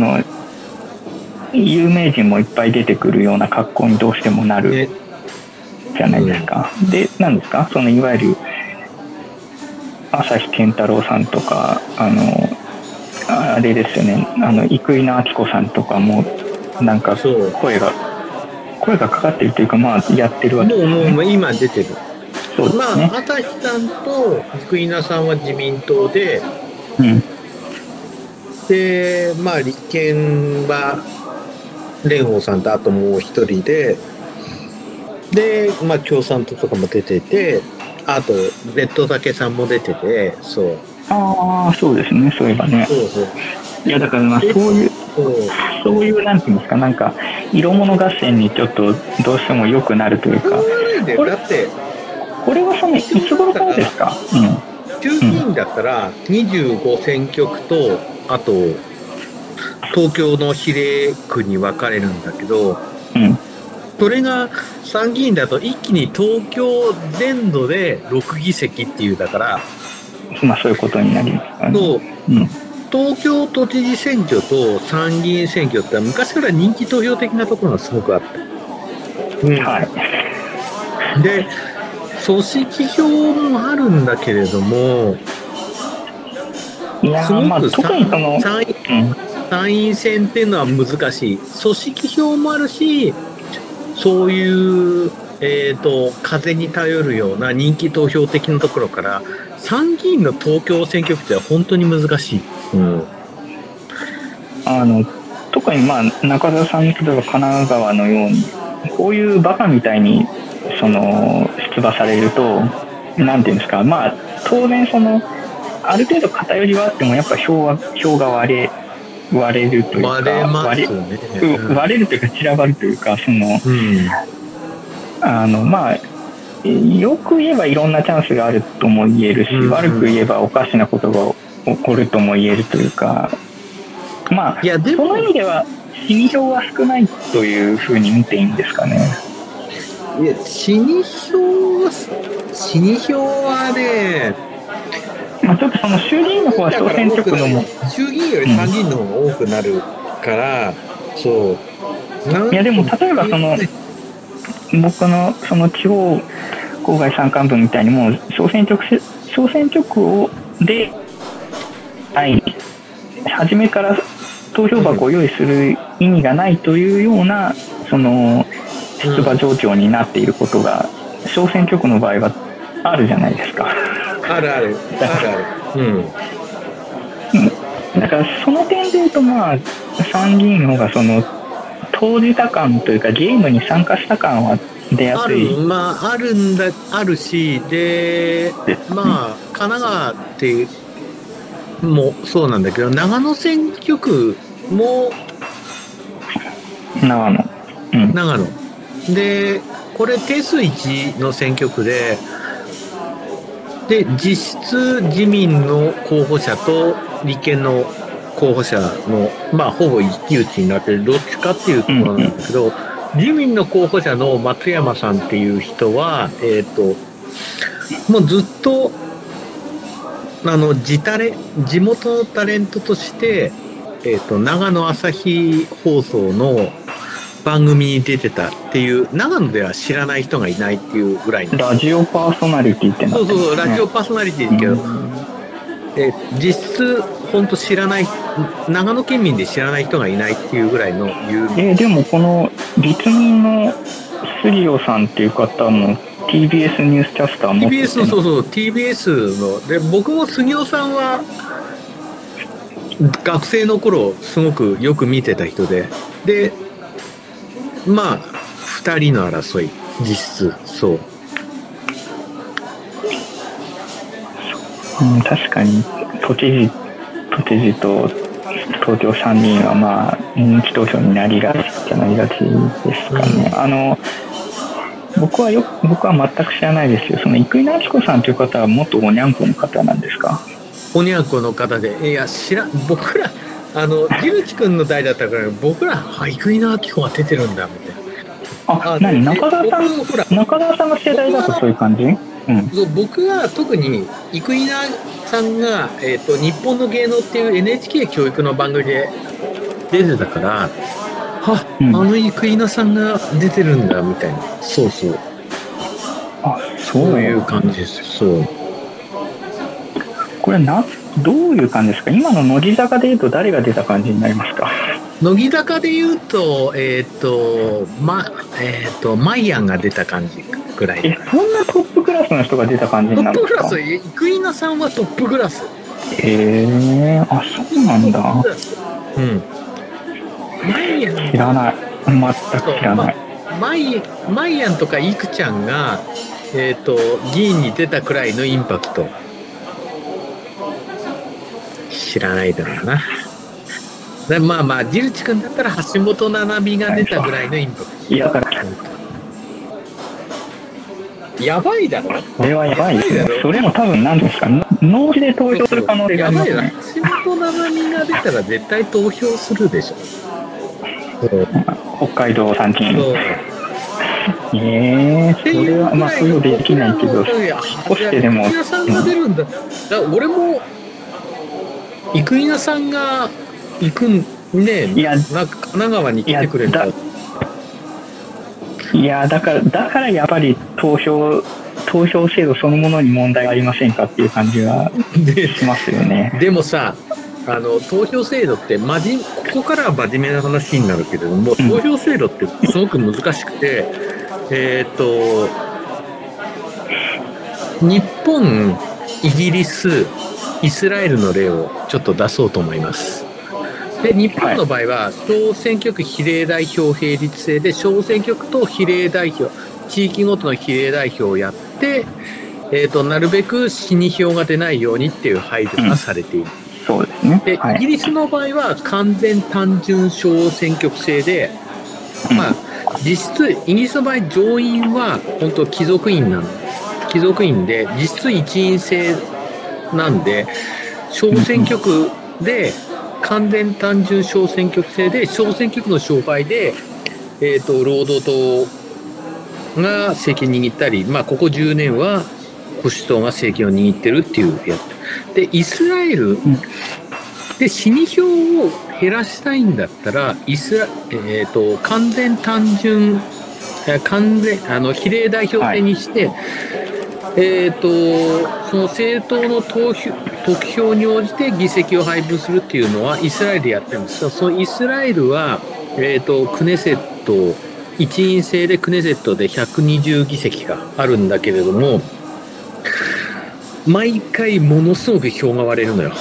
有名人もいっぱい出てくるような格好にどうしてもなるじゃないですか。で、何ですか、いわゆる朝日健太郎さんとか、あれですよね、生稲晃子さんとかもなんか声がかかってるというか、まあやってるわけですね。 もう今出てる。 そうですね。 まあ朝日さんと生稲さんは自民党で、で、まあ立憲は蓮舫さんとあともう一人で、まあ共産党とかも出てて、あとレッド竹さんも出てて、そう。 ああ、そうですね、そういえばね。 そうそう。 いやだからまあそういうなんていうんですか、なんか色物合戦にちょっとどうしても良くなるというか。 だってこれはそのいつ頃からですか？ 衆議院だったら25選挙区と、あと東京の比例区に分かれるんだけど、それが参議院だと一気に東京全土で6議席っていうだから、 まあそういうことになりますかね。 そう、東京都知事選挙と参議院選挙って昔から人気投票的なところがすごくあった。はい。で、組織票もあるんだけれども、すごく参院選っていうのは難しい。組織票もあるし、そういう、風に頼るような人気投票的なところから、参議院の東京選挙区って本当に難しい。 特にまあ中澤さん、例えば神奈川のようにこういうバカみたいに出馬されると、なんていうんですか、まあ当然ある程度偏りはあってもやっぱ票が割れるというか、割れるというか散らばるというか、まあよく言えばいろんなチャンスがあるとも言えるし、悪く言えばおかしなことが起こるとも言えるというか、まあその意味では死に票は少ないというふうに見ていいんですかね。 いや、死に票はね、 まあ、ちょっと衆議院の方は小選挙区のも衆議院より参議院の方が多くなるから、そう。 いやでも例えば僕の地方郊外山間部みたいにもう小選挙区で、初めから投票箱を用意する意味がないというような出馬状況になっていることが小選挙区の場合はあるじゃないですか。 ある。 だからその点で言うと、まあ参議院の方が投じた感というかゲームに参加した感は出やすい。 まああるし、で、まあ神奈川ってもそうなんだけど、長野選挙区も長野で、これ定数1の選挙区で実質自民の候補者と立憲の候補者のまあほぼ一騎打ちになってるどっちかっていうところなんだけど、自民の候補者の松山さんっていう人はもうずっと地元のタレントとして、長野朝日放送の番組に出てたっていう、長野では知らない人がいないっていうぐらいのラジオパーソナリティってなってますね。 そうラジオパーソナリティだけど、実質本当知らない、長野県民で知らない人がいないっていうぐらいの有名。 でもこの立民の杉尾さんっていう方もTBS ニュースキャスターも TBS ので、僕も杉尾さんは学生の頃すごくよく見てた人で、まあ2人の争い、実質そう、 確かに都知事と東京参議院はまあ人気投票になりがちですかね。僕は全く知らないですよ。生稲晃子さんという方は元おにゃんこの方なんですか？ おにゃんこの方で、いや僕らギルチ君の代だったから、僕ら生稲晃子が出てるんだみたいな。 中澤さんの世代だとそういう感じ？ 僕は特に生稲さんが、日本の芸能っていう NHK 教育の番組で出てたから、生稲さんが出てるんだみたいな。そういう感じです。 これどういう感じですか？今の乃木坂でいうと誰が出た感じになりますか？ 乃木坂でいうとマイアンが出た感じくらい。 そんなトップクラスの人が出た感じになるんですか？ トップクラス、生稲さんはトップクラス。 そうなんだ。 マイアン知らない。 全く知らない。 マイアンとかイクちゃんが、議員に出たくらいのインパクト。知らないだろうな。でまあまあ、ジルチ君だったら橋本七海が出たぐらいのインパクト。 いや、だから、 やばいだろ。 これはやばいですよ。それも多分何ですか、脳死で投票する可能性がありますね。 橋本七海が出たら絶対投票するでしょ。 北海道参議院。それはまあ投票できないけど、少しでも。 生稲さんが出るんだ。俺も生稲さんが行くね。いや、なんか神奈川に来てくれた。 いやだからやっぱり投票制度そのものに問題ありませんかっていう感じはしますよね。 でもさ、投票制度ってここからは真面目な話になるけれども、投票制度ってすごく難しくて、日本、イギリス、イスラエルの例をちょっと出そうと思います。で日本の場合は小選挙区比例代表並立制で、小選挙区と比例代表、地域ごとの比例代表をやって、なるべく死に票が出ないようにっていう配慮がされている。 そうですね。 で、イギリスの場合は完全単純小選挙区制で、まあ実質イギリスの場合上院は本当貴族院で実質一員制なんで、小選挙区で完全単純小選挙区制で、小選挙区の勝敗で、労働党が政権握ったり、まあここ10年は保守党が政権を握ってるっていうやつで、イスラエルで死に票を減らしたいんだったら完全単純比例代表制にして、その政党の得票に応じて議席を配分するっていうのはイスラエルでやってるんですが、そのイスラエルは、クネセット一員制でクネセットで120議席があるんだけれども、毎回ものすごく票が割れるのよ。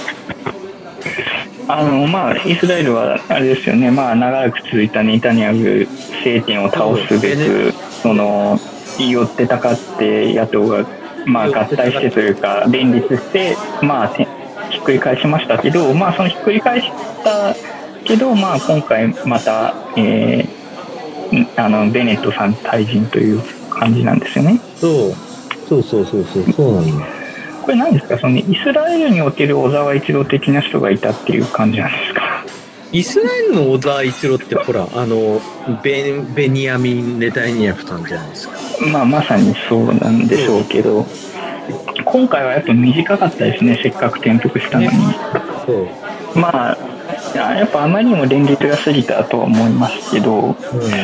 まあイスラエルはあれですよね。まあ長らく続いたネタニヤフ政権を倒すべく、寄ってたかって野党がまあ合体してというか連立してまあひっくり返しましたけど、まあそのひっくり返したけど、まあ今回また、ベネットさん退陣という感じなんですよね。 そうなんだ。 これ何ですか、そのイスラエルにおける小沢一郎的な人がいたっていう感じなんですか。 イスラエルの小沢一郎ってほらベニヤミン・ネタニヤフさんじゃないですか。 まあまさにそうなんでしょうけど、今回はやっぱ短かったですね、せっかく転覆したのに。まあやっぱあまりにも連立が過ぎたとは思いますけど、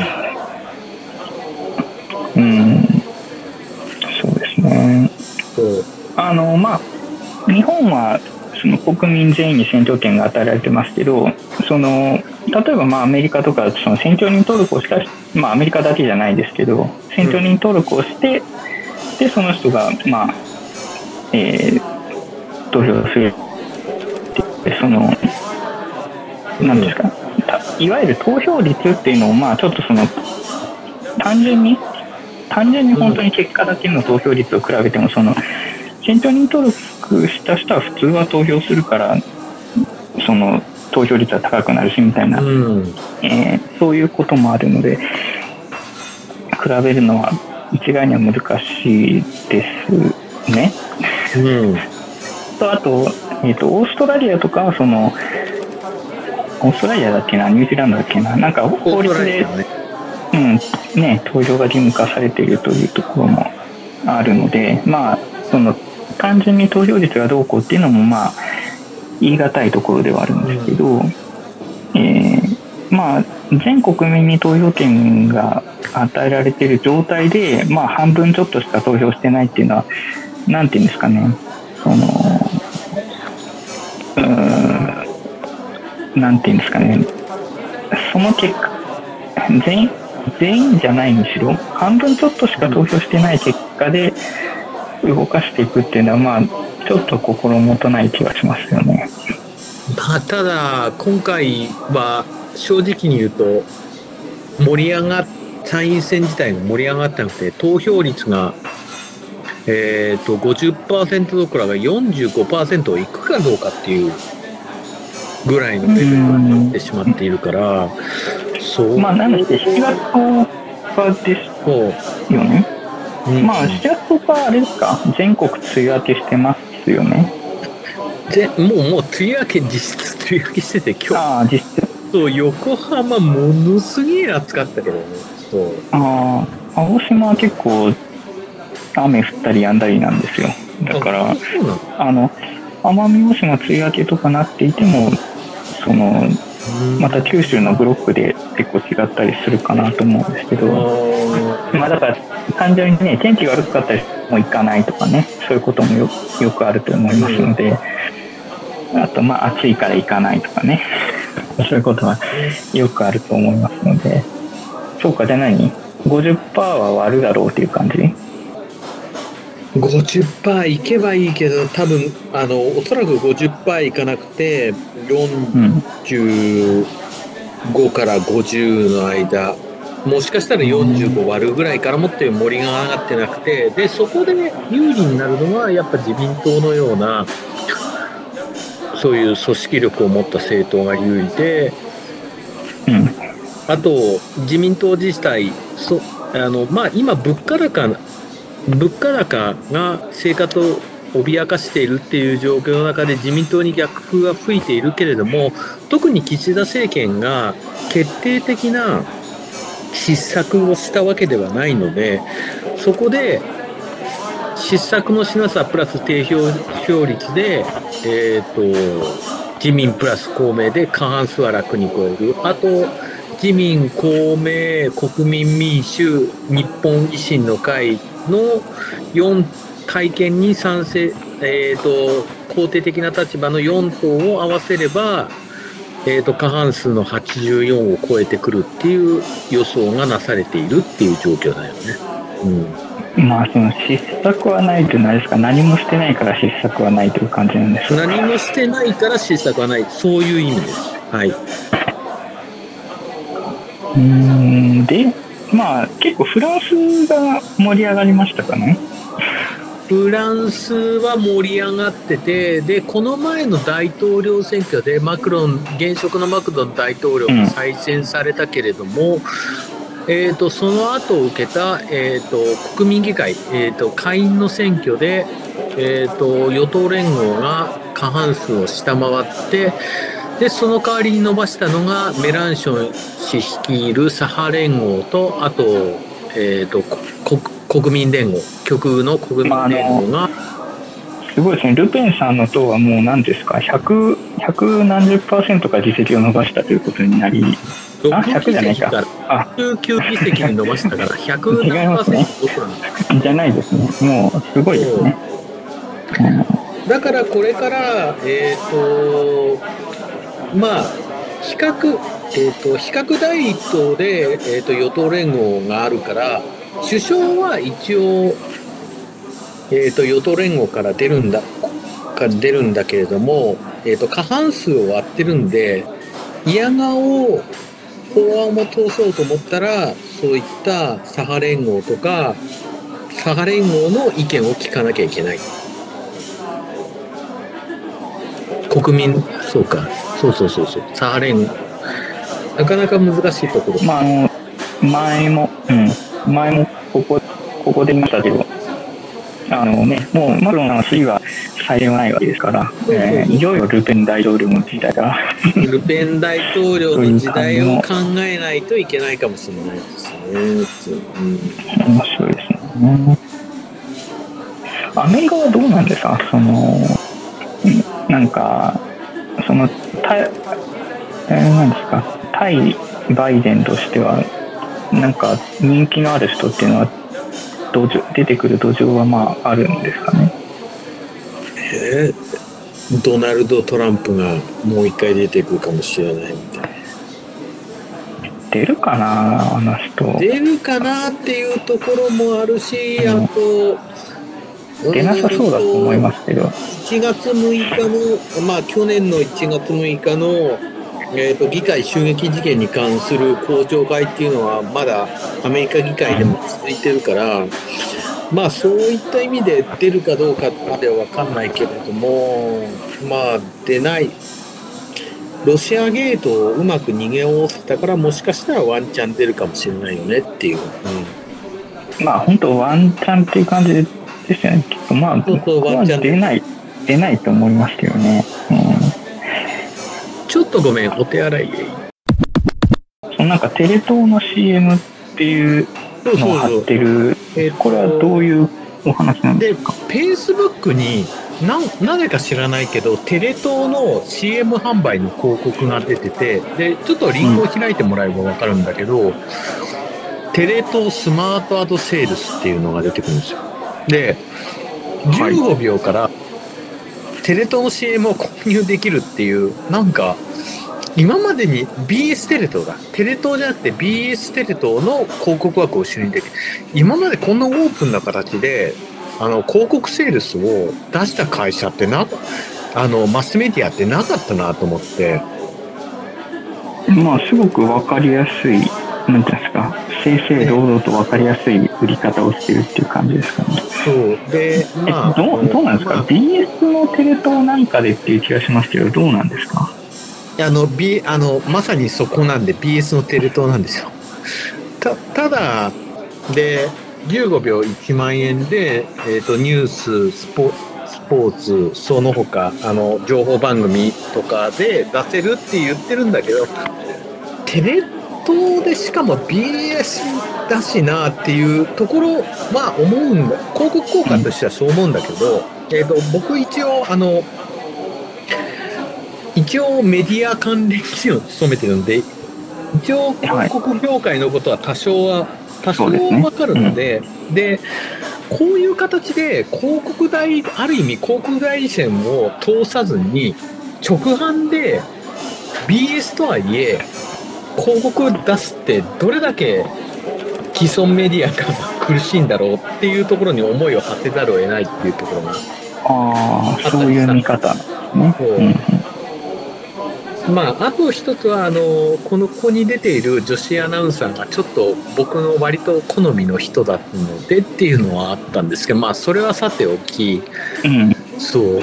そうですね。まあ日本はその国民全員に選挙権が与えられてますけど、例えばまあアメリカとかその選挙人登録をした、まあアメリカだけじゃないですけど、選挙人登録をして、でその人がまあ、投票するってなんですか、いわゆる投票率っていうのをまあちょっと単純に本当に結果だけの投票率を比べても、選挙人登録した人は普通は投票するから投票率は高くなるしみたいな、そういうこともあるので比べるのは一概には難しいですね。あと、オーストラリアとかはオーストラリアだっけな、ニュージーランドだっけな、なんか法律で、投票が義務化されているというところもあるので、まあ単純に投票率がどうこうっていうのもまあ言い難いところではあるんですけど、まあ全国民に投票権が与えられている状態で、まあ半分ちょっとしか投票してないっていうのはなんていうんですかね、なんていうんですかね、その結果全員じゃないにしろ半分ちょっとしか投票してない結果で動かしていくっていうのはまあちょっと心もとない気がしますよね。 まあただ今回は正直に言うと参院選自体が盛り上がってなくて、投票率が、50% どころか45% をいくかどうかっていうぐらいのレベルになってしまっているから、 まあ、なので、7月10日ですよね。まあ、7月10日はあれですか、全国梅雨明けしてますよね。 もう梅雨明け、実質梅雨明けしてて、今日、 実質そう、横浜ものすげえ暑かったけどね。そう。 青島は結構雨降ったりやんだりなんですよ。だから、奄美大島梅雨明けとかなっていても、また九州のブロックで結構違ったりするかなと思うんですけど、まあだから単純にね、天気が悪かったりも行かないとかね、そういうこともよくあると思いますので、あとまあ暑いから行かないとかね、そういうことはよくあると思いますので、そうか、じゃあ何 ?50% は割るだろうっていう感じ ？50% いけばいいけど、多分おそらく 50% いかなくて45から50の間、もしかしたら45割るぐらいからもって盛りが上がってなくて、でそこで、ね、有利になるのはやっぱ自民党のようなそういう組織力を持った政党が有利で、あと自民党自体まあ今物価高が生活を脅かしているっていう状況の中で自民党に逆風が吹いているけれども、特に岸田政権が決定的な失策をしたわけではないので、そこで失策のしなさプラス低票率で、自民プラス公明で過半数は楽に超える。あと自民、公明、国民民主、日本維新の会の4改憲に賛成、肯定的な立場の4党を合わせれば、過半数の84を超えてくるっていう予想がなされているっていう状況だよね。 まあ、その失策はないというのはですか、何もしてないから失策はないという感じなんですか。 何もしてないから失策はない、そういう意味です。はい。 で、まあ結構フランスが盛り上がりましたかね。 フランスは盛り上がってて、でこの前の大統領選挙で現職のマクロン大統領が再選されたけれども、その後を受けた、国民議会、下院の選挙で、与党連合が過半数を下回って、でその代わりに伸ばしたのがメランション氏率いる左派連合と、あと、国民連合、極右の国民連合が、 すごいですね。ルペンさんの党はもう何ですか、100何十%か議席を伸ばしたということになり、100じゃないか、 19議席に伸ばしたから100何%どころじゃないですね。もうすごいですね。 だからこれからまあ比較第一党で、与党連合があるから首相は一応、与党連合から出るんだけれども、過半数を割ってるんで、嫌顔法案を通そうと思ったらそういった左派連合とか左派連合の意見を聞かなきゃいけない。国民、そうか、そう左派連合、なかなか難しいところ。 まあ前もここで言いましたけど、もうマクロンさんの次は再選はないわけですから、いよいよルペン大統領の時代がルペン大統領の時代を考えないといけないかもしれないですね。 面白いですね。アメリカはどうなんですか。なんかなんですか、対バイデンとしてはなんか人気のある人っていうのは出てくる土壌はまああるんですかね。 ドナルド・トランプがもう一回出てくるかもしれないみたいな。 出るかな、あの人。 出るかなっていうところもあるし、あと出なさそうだと思いますけど、 1月6日の、まあ去年の1月6日の議会襲撃事件に関する公聴会っていうのはまだアメリカ議会でも続いてるから、まあそういった意味で出るかどうかまでは分かんないけれども、まあ出ない。ロシアゲートをうまく逃げおおせたから、もしかしたらワンチャン出るかもしれないよねっていう。 まあ本当ワンチャンっていう感じですよね。きっとまあ僕は出ないと思いますけどね。 ちょっとごめん、お手洗いへ。 なんかテレ東の CM っていうのを貼ってる。これはどういうお話なんですか？ で、Facebook になぜか知らないけど、テレ東の CM 販売の広告が出てて、で、ちょっとリンクを開いてもらえば分かるんだけど、テレ東スマートアドセールスっていうのが出てくるんですよ。で、15秒からテレ東の CM を購入できるっていう、なんか、今までに BS テレ東だ。テレ東じゃなくて BS テレ東の広告枠を就任できる。今までこんなオープンな形で、広告セールスを出した会社ってマスメディアってなかったなと思って。 まあ、すごくわかりやすい、なんていうんですか、正々堂々とわかりやすい売り方をしてるっていう感じですかね。 そうで、まあ、 どうなんですか、BS のテレ東なんかでっていう気がしますけど、どうなんですか？ まさにそこなんで BS のテレ東なんですよ。ただで15秒1万円で、ニューススポーツその他情報番組とかで出せるって言ってるんだけど、テレ東でしかも BS だしなっていうところは思うんだ。広告効果としてはそう思うんだけど、僕一応メディア関連企業に勤めてるんで、一応広告業界のことは多少は分かるので、でこういう形である意味広告代理店を通さずに直販で BS とはいえ広告を出すってどれだけ既存メディアが苦しいんだろうっていうところに思いを馳せざるを得ないっていうところがそういう見方ね。 まあ、あと一つはここに出ている女子アナウンサーがちょっと僕の割と好みの人だったのでっていうのはあったんですけど、まあそれはさておき、そう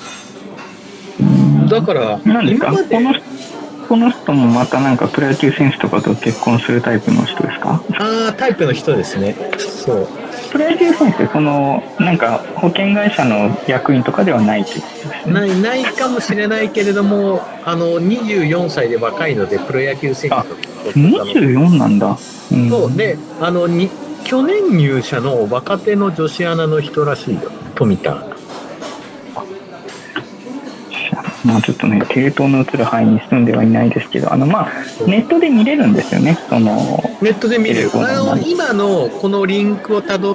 だから今までこの人もまたなんかプロ野球選手とかと結婚するタイプの人ですか？ タイプの人ですね。そうプロ野球選手ってなんか保険会社の役員とかではないということですね。 ないかもしれないけれども、24歳で若いのでプロ野球選手と 24なんだ。 そうで去年入社の若手の女子アナの人らしいよ、富田。 まあちょっとね、テレ東の映る範囲に住んではいないですけど、まあネットで見れるんですよね。 ネットで見れる。今のこのリンクをたどって、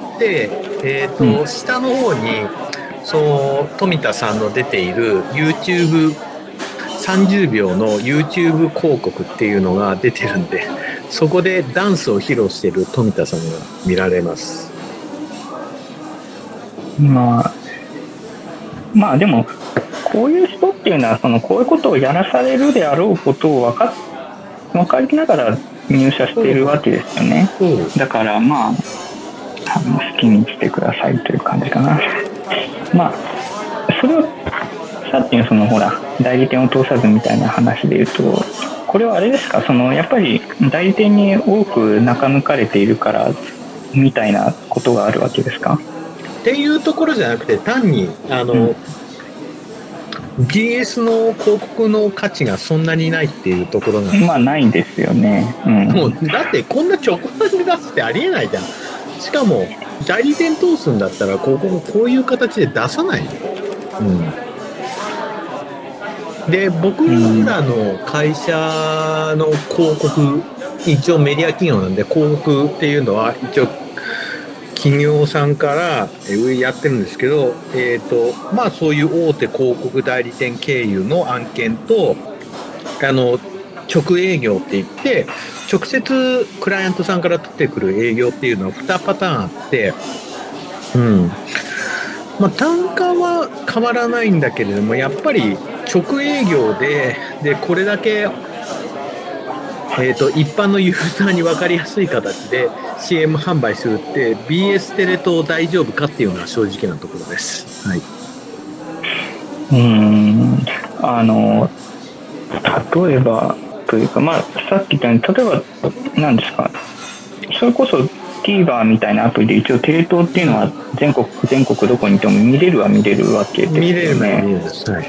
下の方に富田さんの出ている YouTube30 秒の YouTube 広告っていうのが出てるんで、そこでダンスを披露している富田さんが見られます。 まあでもこういう人っていうのはこういうことをやらされるであろうことを分かりながら入社しているわけですよね。だからまあ好きにしてくださいという感じかな。まあそれをさっきのほら代理店を通さずみたいな話で言うと、これはあれですか、やっぱり代理店に多く中抜かれているからみたいなことがあるわけですか？ っていうところじゃなくて、単にBS の広告の価値がそんなにないっていうところなんです。 まあないんですよね。 もうだってこんな直販で出すってありえないじゃん。しかも代理店通すんだったらこういう形で出さない。で僕らの会社の広告、一応メディア企業なんで広告っていうのは一応企業さんからやってるんですけど、まあそういう大手広告代理店経由の案件と直営業って言って直接クライアントさんから取ってくる営業っていうのは2パターンあって、まあ単価は変わらないんだけれども、やっぱり直営業でこれだけ一般のユーザーに分かりやすい形で CM 販売するって BS テレ東大丈夫かっていうのは正直なところです。はい。 例えばというか、まあ、さっき言ったように、例えば何ですか、それこそ TVer みたいなアプリで一応テレ東っていうのは全国どこにいても見れるわけですよね。 見れるです。はい。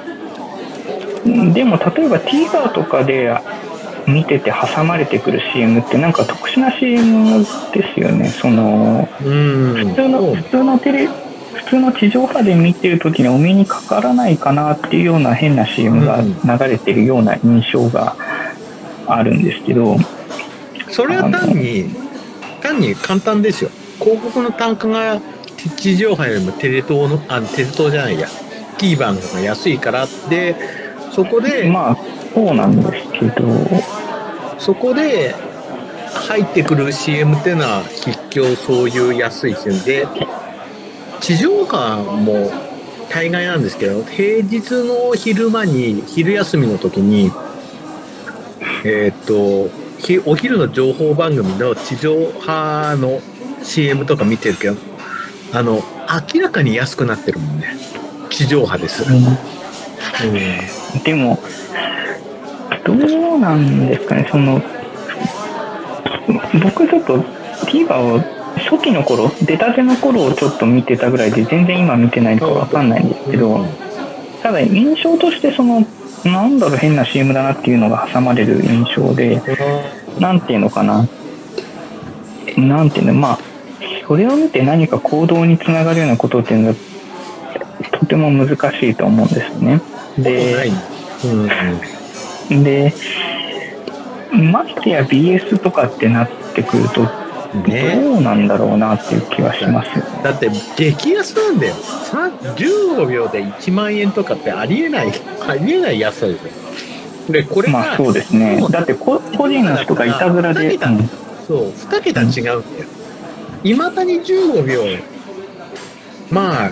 でも例えば TVer とかで見てて挟まれてくる CM ってなんか特殊な CM ですよね。その普通の地上波で見てる時にお目にかからないかなっていうような変な CM が流れてるような印象があるんですけど、 それは単に簡単ですよ。広告の単価が地上波よりもテレ東じゃないや TVer の方が安いからで、そこでまあそうなんですけど、 そこで入ってくる CM っていうのは結局そういう安い CM で、地上波も大概なんですけど、平日の昼休みの時にお昼の情報番組の地上波の CM とか見てるけど、明らかに安くなってるもんね、地上波です。 でもどうなんですかね、僕ちょっと TVer を初期の頃、出たての頃をちょっと見てたぐらいで、全然今見てないのか分かんないんですけど、ただ印象としてなんだろう、変な CM だなっていうのが挟まれる印象で、なんていうの、まあそれを見て何か行動につながるようなことっていうのはとても難しいと思うんですよね。で、ましてや BS とかってなってくると、どうなんだろうなっていう気はしますよね。 だって激安なんだよ。15秒で1万円とかってありえない安さですよ。でこれがまあそうですね。だって個人の人がいたずらで、 そう2桁違うんだよ。いまだに15秒、まあ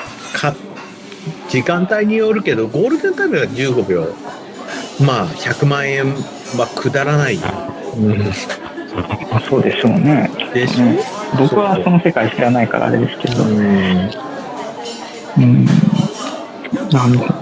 時間帯によるけど、ゴールデンタイムは15秒、まあ100万円はくだらないよ。 そうでしょうね。 でしょ、 僕はその世界知らないからあれですけど。なるほど。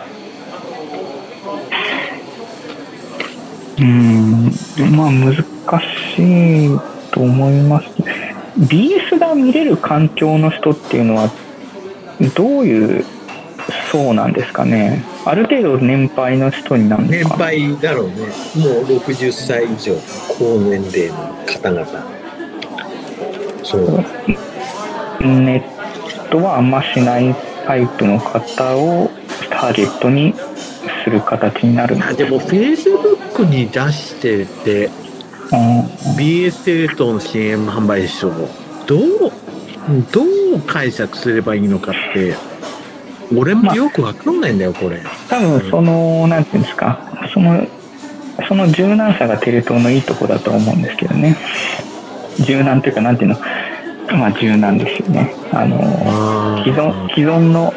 まあ難しいと思います。BS が見れる環境の人っていうのはどういう層なんですかね。ある程度年配の人になるのか。 年配だろうね。もう60歳以上高年齢の方々。そう。 ネットはあんましないタイプの方をターゲットにする形になるんです。 でも Facebook に出してて、BS テレ東の CM 販売書をどう解釈すればいいのかって俺もよく分かんないんだよ、これ。多分なんていうんですか、その柔軟さがテレ東のいいとこだと思うんですけどね。柔軟というか、なんていうの、まあ柔軟ですよね。既存の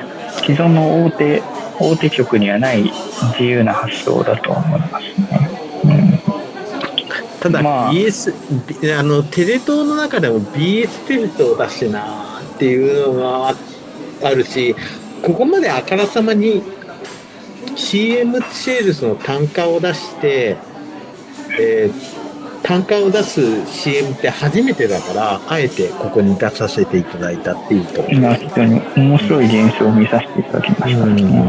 大手局にはない自由な発想だと思いますね。 ただ、BS テレ東の中でも BS テレ東だしなっていうのがあるし、ここまであからさまに CM セールスの単価を出して、単価を出す CM って初めてだから、あえてここに出させていただいたっていうところです。 非常に面白い現象を見させていただきましたね。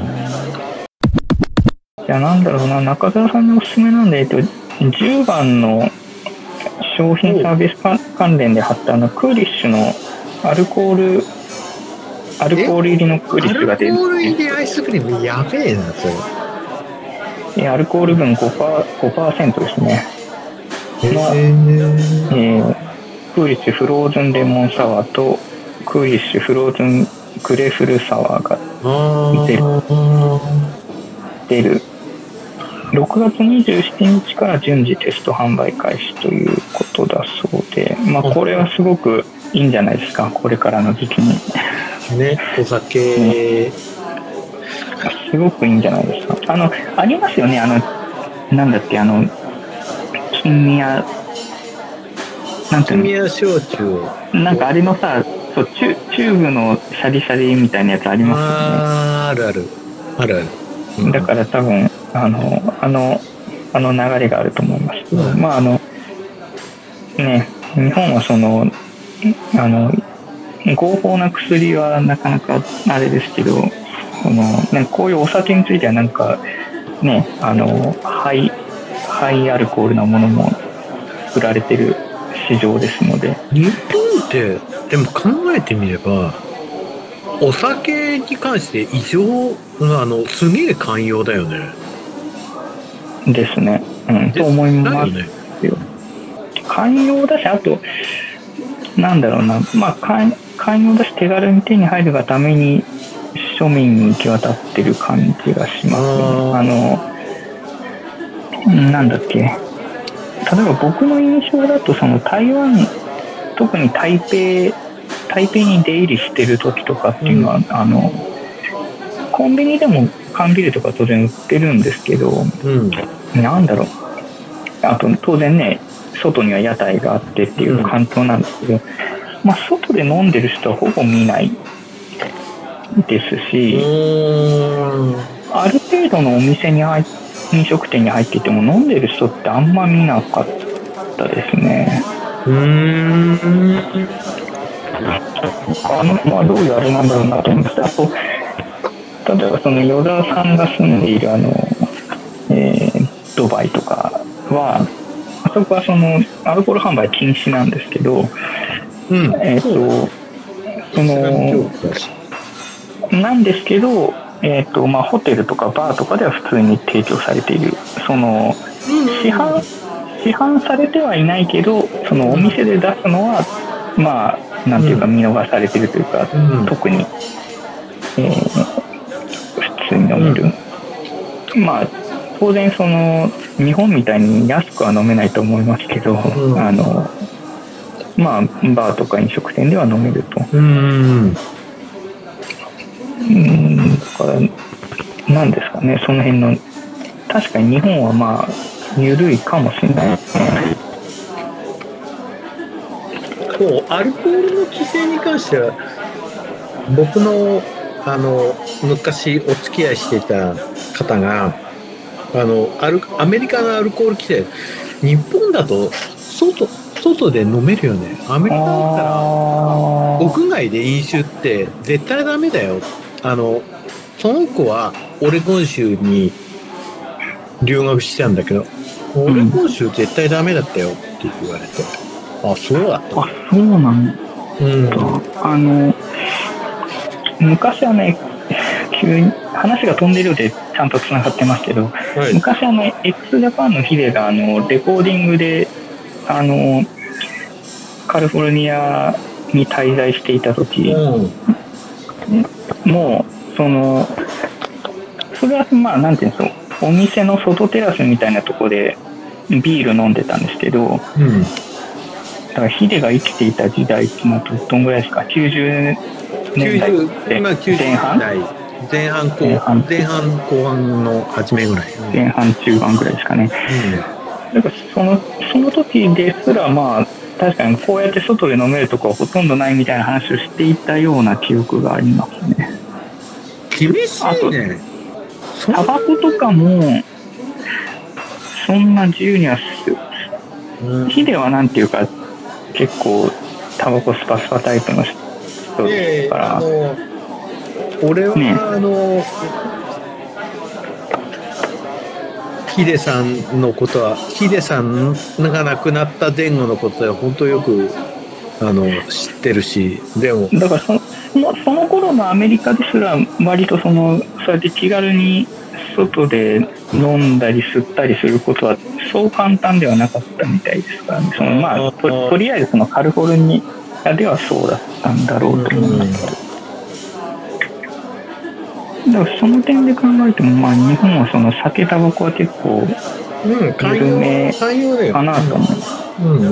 じゃあなんだろうな、中澤さんにおすすめなんで、10番の商品サービス関連で貼ったクーリッシュのアルコール入りのクーリッシュが出る。 アルコール入りアイスクリームやべえな、それ。アルコール分 5% ですね。クーリッシュフローズンレモンサワーとクーリッシュフローズングレフルサワーが出る。6月27日から順次テスト販売開始ということだそうで、まあこれはすごくいいんじゃないですか、これからの時期に。 ね、お酒、 すごくいいんじゃないですか。ありますよね、なんだっけ、 金宮、なんていう君は焼酎を。 の、なんかあれのさ、そうチューブのシャリシャリみたいなやつありますよね。 あるある。あるある。うんだから多分あの流れがあると思いますけど、まあね、日本はその合法な薬はなかなかあれですけど、なんかこういうお酒についてはなんかね、ハイアルコールなものも作られてる市場ですので。 日本ってでも考えてみればお酒に関して異常すげえ寛容だよね。 ですね。と思いますよ。寛容だし、あとなんだろうな、まあ寛容だし手軽に手に入るがために庶民に行き渡ってる感じがしますね。なんだっけ、例えば僕の印象だとその台湾、特に台北に出入りしてる時とかっていうのは、コンビニでも缶ビールとか当然売ってるんですけど、なんだろう、あと当然ね外には屋台があってっていう環境なんですけど、まあ外で飲んでる人はほぼ見ないですし、ある程度のお店に飲食店に入っていても飲んでる人ってあんま見なかったですね。まあどういうあれなんだろうなと思いました。あと例えばその与田さんが住んでいるドバイとかは、あそこはそのアルコール販売禁止なんですけど、なんですけど、まあ、ホテルとかバーとかでは普通に提供されている、その市販されてはいないけど、そのお店で出すのはまあなんていうか見逃されているというか、特に、普通に飲める。まあ当然その日本みたいに安くは飲めないと思いますけど、まあバーとか飲食店では飲めると。だからなんですかね、その辺の確かに日本はまあ緩いかもしれないですね。 そう、アルコールの規制に関しては僕の昔お付き合いしていた方がアメリカのアルコール規制、日本だと外で飲めるよね。アメリカだったら屋外で飲酒って絶対ダメだよ。その子はオレゴン州に留学してたんだけど、オレゴン州絶対ダメだったよって言われて、あ、そうだった。 あ、そうなんだ。昔はね、急に話が飛んでるようでちゃんとつながってますけど、はい、昔x ジャパンのヒデがレコーディングでカリフォルニアに滞在していた時、もうそれはまあなんていうんですか、お店の外テラスみたいなところでビール飲んでたんですけど、だからヒデが生きていた時代っていうのはどんぐらいですか、90年代前半後半の初めぐらい、 前半中盤ぐらいですかね。だからその時ですらまあ確かにこうやって外で飲めるとこはほとんどないみたいな話をしていたような記憶がありますね。 厳しいね。 タバコとかもそんな自由にはヒデはなんていうか結構タバコスパスパタイプの人ですから、 俺はね、ヒデさんのことは、ヒデさんが亡くなった前後のことは本当よく知ってるし、でもだからその頃のアメリカですら割とそうやって気軽に外で飲んだり吸ったりすることはそう簡単ではなかったみたいですからね。まあ とりあえずカリフォルニアではそうだったんだろうと思いますけど。だからその点で考えても、まあ、日本は酒タバコは結構緩めかなと思います。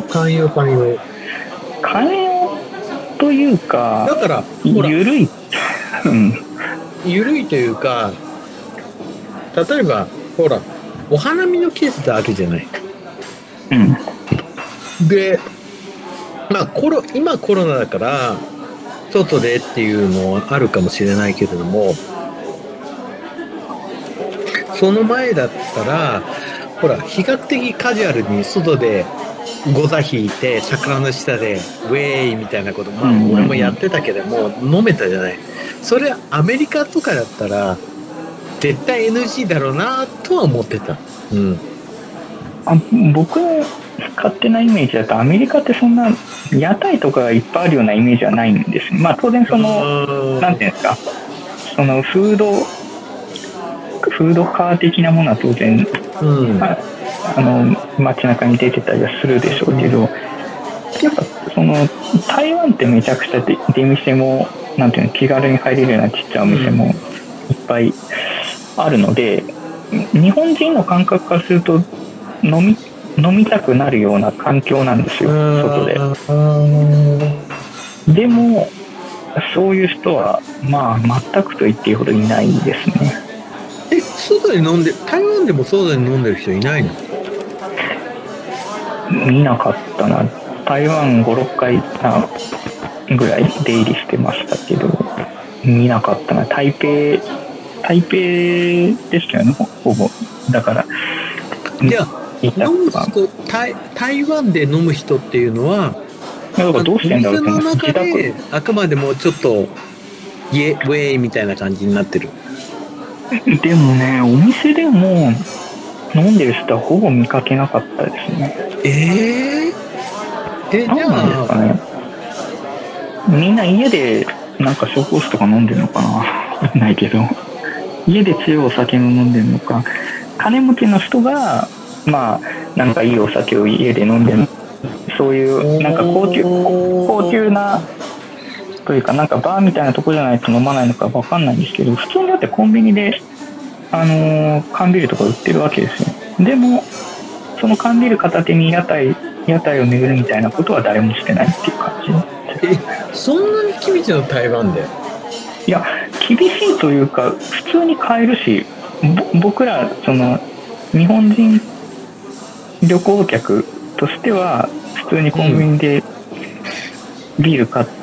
寛容というか、 だから緩い緩いというか、例えばほらお花見の季節あるじゃない。 で、まあ今コロナだから外でっていうのはあるかもしれないけれども、その前だったらほら比較的カジュアルに外でゴザ引いて桜の下でウェイみたいなこと、まあ俺もやってたけども飲めたじゃない。それアメリカとかだったら絶対 NG だろうなとは思ってた。 僕の勝手なイメージだとアメリカってそんな屋台とかがいっぱいあるようなイメージはないんです。まあ当然そのなんていうんですか、そのフードカー的なものは当然、街中に出てたりはするでしょうけど、やっぱその台湾ってめちゃくちゃ出店もなんていうの気軽に入れるようなちっちゃいお店もいっぱいあるので、日本人の感覚からすると飲みたくなるような環境なんですよ、外で。でもそういう人はまあ全くと言っていいほどいないですね。 外に飲んで、台湾でも外に飲んでる人いないの？ 見なかったな。台湾5、6回ぐらい出入りしてましたけど、見なかったな。台北でしたよね、ほぼ。だから、 じゃあ、飲む人、台湾で飲む人っていうのは、 どうしてんだろうってお店の中であくまでもちょっとウェイみたいな感じになってる。 でもね、お店でも飲んでる人はほぼ見かけなかったですね。 じゃあなんですかね。みんな家でなんか紹興酒とか飲んでるのかな、わかんないけど、家で強いお酒を飲んでるのか、金持ちの人がまあなんかいいお酒を家で飲んでる、そういうなんか高級なというか、なんかバーみたいなとこじゃないと飲まないのか分かんないんですけど、普通にだってコンビニで缶ビールとか売ってるわけですよ。でもその缶ビール片手に屋台を巡るみたいなことは誰もしてないっていう感じ。 そんなに厳しいの台湾で？ いや、厳しいというか普通に買えるし、僕らその日本人旅行客としては普通にコンビニでビール買って、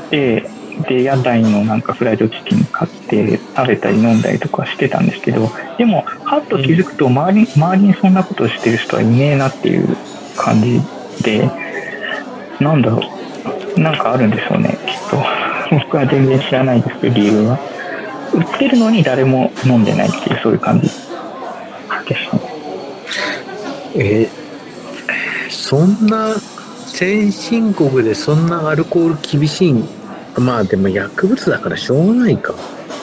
で屋台のなんかフライドチキン買って食べたり飲んだりとかしてたんですけど、でもはっと気づくと周りにそんなことをしてる人はいねえなっていう感じで、なんだろう、なんかあるんでしょうね、きっと。僕は全然知らないですけど、理由は。売ってるのに誰も飲んでないっていう、そういう感じですね。そんな先進国でそんなアルコール厳しい？まあでも薬物だからしょうがないか。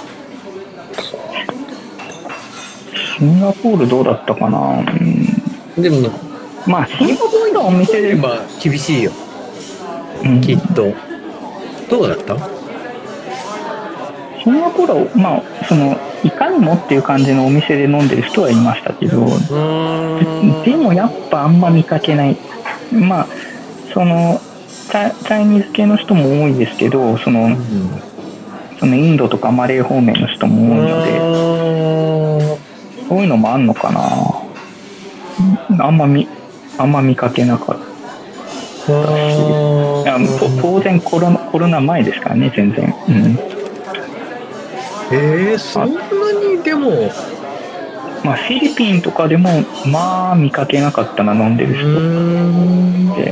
シンガポールどうだったかな。 でもまあシンガポールのお店では厳しいよ、きっと。どうだった？ シンガポールはまあそのいかにもっていう感じのお店で飲んでる人はいましたけど、でもやっぱあんま見かけない。まあそのチャイニーズ系の人も多いですけど、そのインドとかマレー方面の人も多いので、そういうのもあんのかな。あんま見かけなかったし、当然コロナ前ですからね、全然。 そんなにでも、 まあフィリピンとかでもまあ見かけなかったな、飲んでる人で。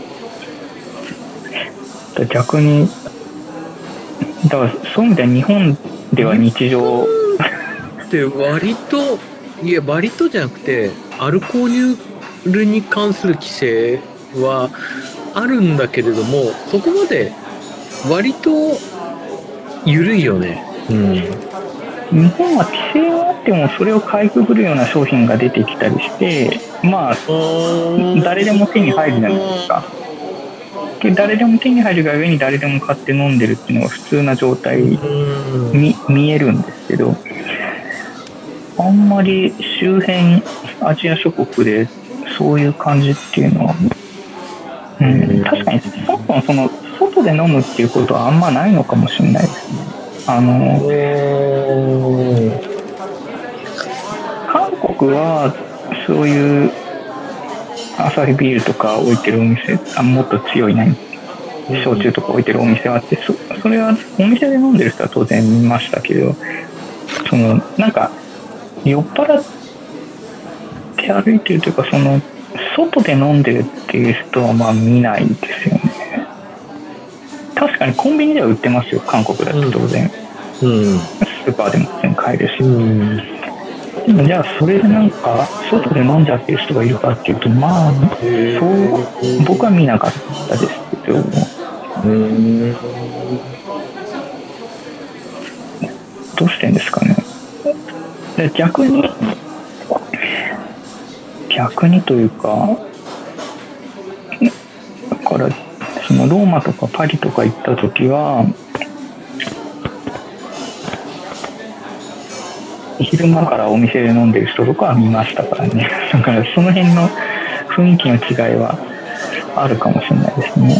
逆にだからそういう意味では日本では日常って割とじゃなくてアルコールに関する規制はあるんだけれども、そこまで割と緩いよね。 日本は規制があってもそれをかいくぐるような商品が出てきたりして、まあ誰でも手に入るじゃないですか。誰でも手に入るが上に誰でも買って飲んでるっていうのが普通な状態に見えるんですけど、あんまり周辺アジア諸国でそういう感じっていうのは、確かにその外で飲むっていうことはあんまないのかもしれないですね。韓国はそういうアサヒビールとか置いてるお店、もっと強い焼酎とか置いてるお店があって、それはお店で飲んでる人は当然見ましたけど、なんか酔っ払って歩いてるというか、外で飲んでるっていう人はまあ見ないですよね。確かにコンビニでは売ってますよ、韓国だと当然。スーパーでも全然買えるし。でもじゃあそれでなんか外で飲んじゃってる人がいるかっていうと、まあそう僕は見なかったですけど。どうしてんですかね。で逆にというか、だからそのローマとかパリとか行った時は昼間からお店で飲んでる人とかは見ましたからね。だからその辺の雰囲気の違いはあるかもしれないですね。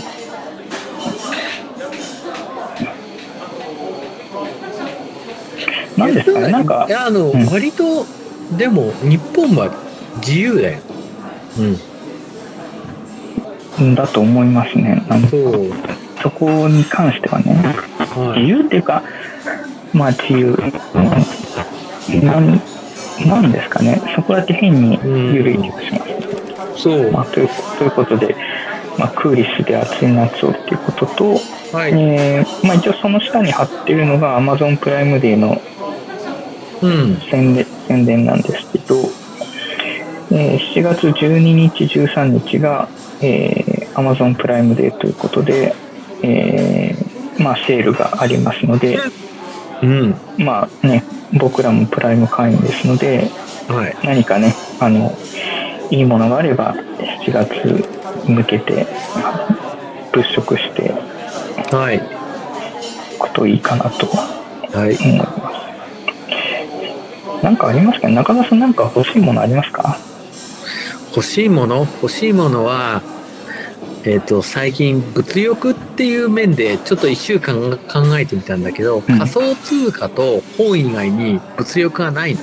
なんですかね、なんかいや割とでも日本は自由だよ。 だと思いますね。なんかそこに関してはね、自由っていうか、まあ自由、なんですかね、そこだけ変に緩い気がします。ということで、クーリッシュで暑い夏をっていうことと、一応その下に貼ってるのが Amazon プライムデーの宣伝なんですけど、7月12日13日が、Amazon プライムデーということで、セールがありますので、僕らもプライム会員ですので、何かねいいものがあれば7月に向けて物色していくといいかなと思います。なんかありますかね、中田さん、なんか欲しいものありますか？ 欲しいものは最近物欲っていう面でちょっと1週間考えてみたんだけど、仮想通貨と本以外に物欲がない。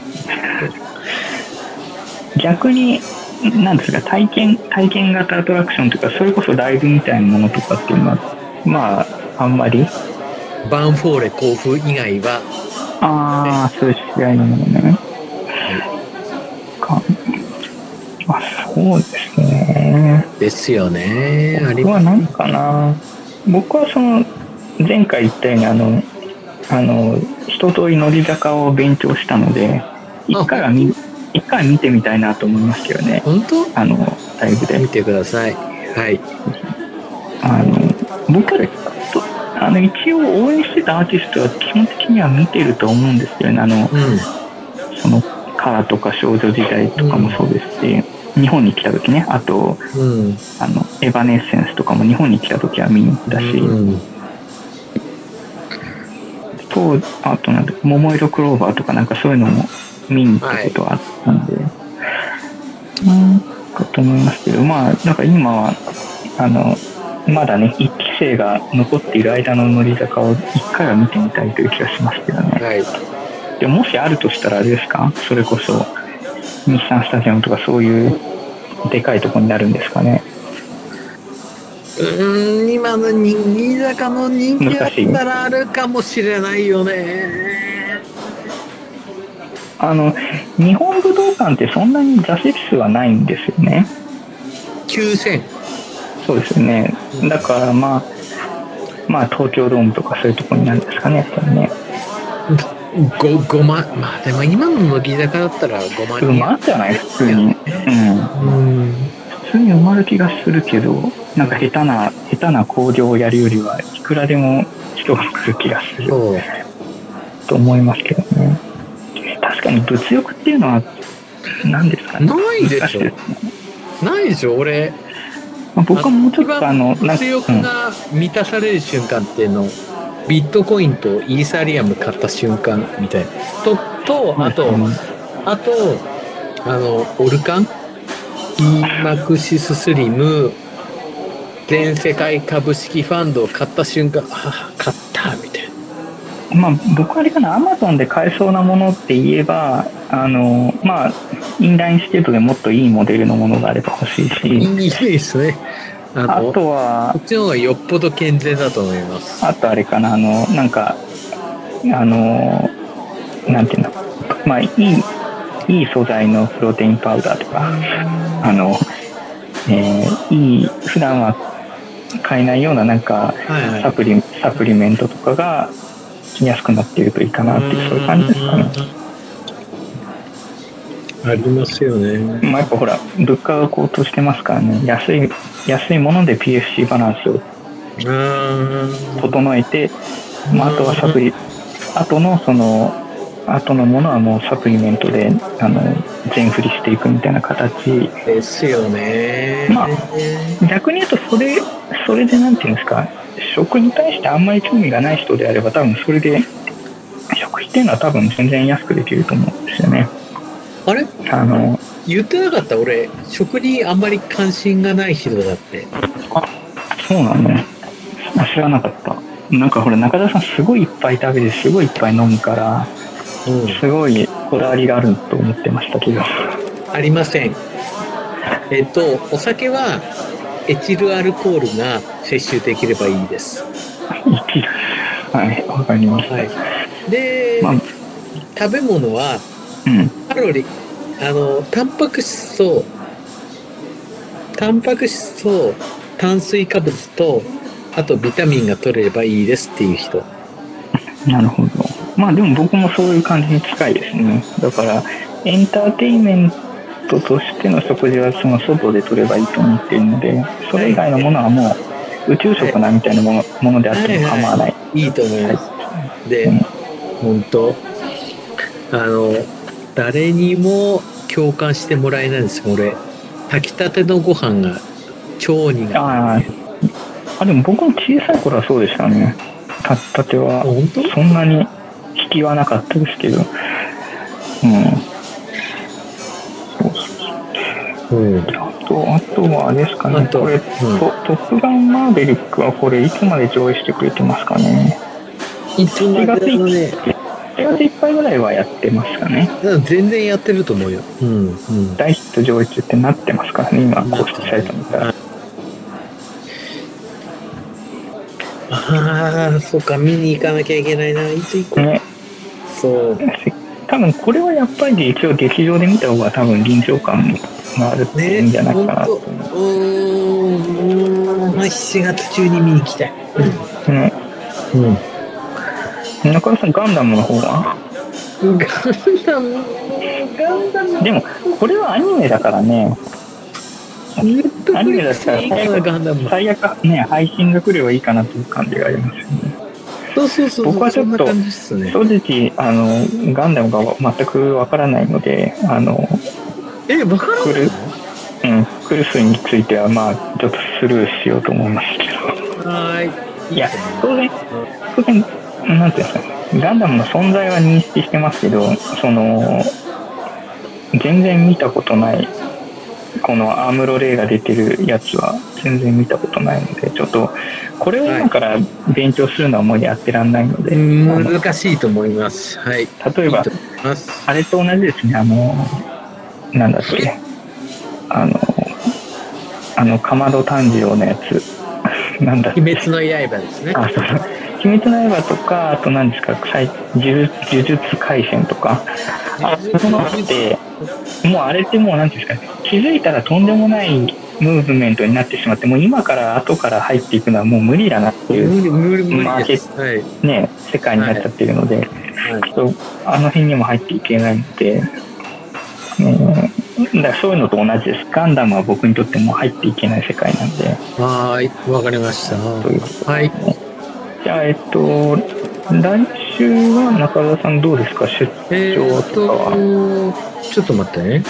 逆に何ですか、体験型アトラクションとか、それこそライブみたいなものとかっていうのはあんまりバンフォーレ甲府以外はそういう試合のものね。そうですね。 ですよね。 僕は何かな。僕は前回言ったように一通り乗り坂を勉強したので、一回見てみたいなと思いますけどね。 本当？ ライブで見てください。 僕ら一応応援してたアーティストは基本的には見てると思うんですけどね。カラとか少女時代とかもそうですし、日本に来た時ね、あと、エバネッセンスとかも日本に来た時は見に行ったし、あと桃色クローバーとかなんかそういうのも見に行ったことはあったんで、かと思いますけど、なんか今はまだね、1期生が残っている間の乗り坂を1回は見てみたいという気がしますけどね。でもしあるとしたらあれですか、それこそ日産スタジアムとかそういうでかいとこになるんですかね。 今の新坂の人気だったらあるかもしれないよね。 日本武道館ってそんなに座席数はないんですよね。 9000。 そうですよね。だから東京ドームとかそういうとこになるんですかね、やっぱりね。 5万、でも今の乃木坂だったら5万人。 埋まるじゃない、普通に。普通に埋まる気がするけど、なんか下手な興行をやるよりはいくらでも人が来る気がすると思いますけどね。確かに物欲っていうのは何ですかね。 ないでしょ。ないでしょ。俺、 僕はもうちょっと物欲が満たされる瞬間っていうの、ビットコインとイーサリアム買った瞬間みたいなあとオルカン EMAXIS SLIM 全世界株式ファンドを買った瞬間、買ったみたいな。 まあ僕あれかな、アマゾンで買えそうなものって言えば、まあインラインスケートでもっといいモデルのものがあれば欲しいし、 いいですね。 あとはこっちの方がよっぽど健全だと思います。 あとあれかな、なんかなんていうの、まあいい素材のプロテインパウダーとか、普段は買えないようななんかサプリメントとかが安くなっているといいかなっていう、そういう感じですかね。 ありますよね。 まあやっぱほら物価が高騰してますからね、安いもので PFC バランスを整えて、まあ、あとは後のものはもうサプリメントで全振りしていくみたいな形ですよね。 まあ逆に言うとそれでなんていうんですか、食に対してあんまり興味がない人であれば多分それで食費っていうのは多分全然安くできると思うんですよね。 あれ言ってなかった？俺食にあんまり関心がない人だって。 あ、そうなんだね。知らなかった。なんかほら中田さんすごいいっぱい食べてすごいいっぱい飲むから、すごいこだわりがあると思ってましたけど。 ありません。お酒はエチルアルコールが摂取できればいいです。 エチル、はい、わかりました。はい、 で、まあ、食べ物はカロリー、タンパク質と炭水化物とあとビタミンが取れればいいですっていう人。 なるほど。まあでも僕もそういう感じに近いですね。だからエンターテインメントとしての食事はその外で取ればいいと思っているので、それ以外のものはもう宇宙食なみたいなものであっても構わない。 いいと思います。で、本当誰にも共感してもらえないんですよ。俺炊きたてのご飯が超苦手。 でも僕も小さい頃はそうでしたね。炊きたてはそんなに引きはなかったですけど、あとはあれですかね、これ、トップガンマーベリックはこれいつまで上映してくれてますかね。7月いっぱいぐらいはやってますかね。 全然やってると思うよ。 大ヒット上映中ってなってますからね、今公式サイト見たら。 そうか、見に行かなきゃいけないな。いつ行こう。ね、そう。 多分これはやっぱり一応劇場で見た方が多分臨場感があるっていいんじゃないかなと思う。 7月中に見に行きたい。 中田さん、ガンダムの方は？ ガンダム。 でもこれはアニメだからね。アニメだったら最悪ね、配信が来ればいいかなという感じがありますよね。 そう。 僕はちょっと正直ガンダムが全くわからないので、 わからないの？ クルスについてはまあちょっとスルーしようと思いますけど。いや当然なんていうんですか、ガンダムの存在は認識してますけど、全然見たことない。このアムロレイが出てるやつは全然見たことないので、ちょっとこれを今から勉強するのはもうやってらんないので、 難しいと思います。はい。 例えばあれと同じですね。なんだっけ、かまど炭治郎のやつなんだっけ、 鬼滅の刃ですね。 そう鬼滅の刃とか、あと何ですか、呪術廻戦とか、そのってもうあれってもうなんていうんですか、気づいたらとんでもないムーブメントになってしまって、もう今から後から入っていくのはもう無理だなっていうマーケット、ね、世界になっちゃってるので、あの辺にも入っていけないので、だからそういうのと同じです。ガンダムは僕にとっても入っていけない世界なんで。 はい、わかりました。 ということで、じゃあ来週は中田さんどうですか、出張とかは。 ちょっと待ってね。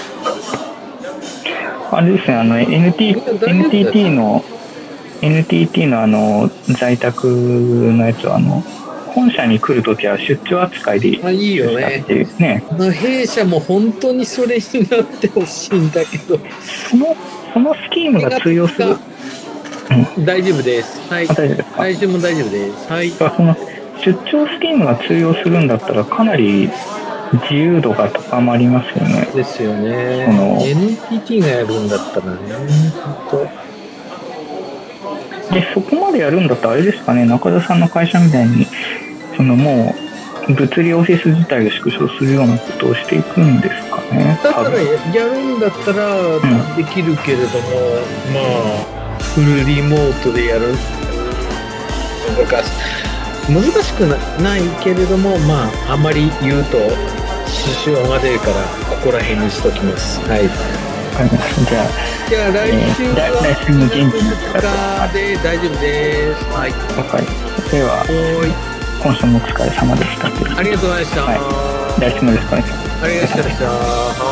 あれですね、NTT の在宅のやつは本社に来るときは出張扱いでいいよね。弊社も本当にそれになってほしいんだけど、 そのスキームが通用する。 大丈夫です。はい。 大丈夫ですか？ 来週も大丈夫です。はい。 その出張スキームが通用するんだったらかなり自由度が高まりますよね。 ですよね。NTT がやるんだったらね、本当。で、そこまでやるんだったらあれですかね、中田さんの会社みたいに、もう、物理オフィス自体を縮小するようなことをしていくんですかね。 だったらやるんだったらできるけれども、まあ、フルリモートでやる難しくないけれども、まあ、あんまり言うと支障が出るからここら辺にしときます。はい。 じゃあ来週は来週も元気に使ってで大丈夫です。はい。 わかりました。では今週もお疲れ様でした。 ありがとうございました。 はい。来週もよろしくお願いします。 ありがとうございました。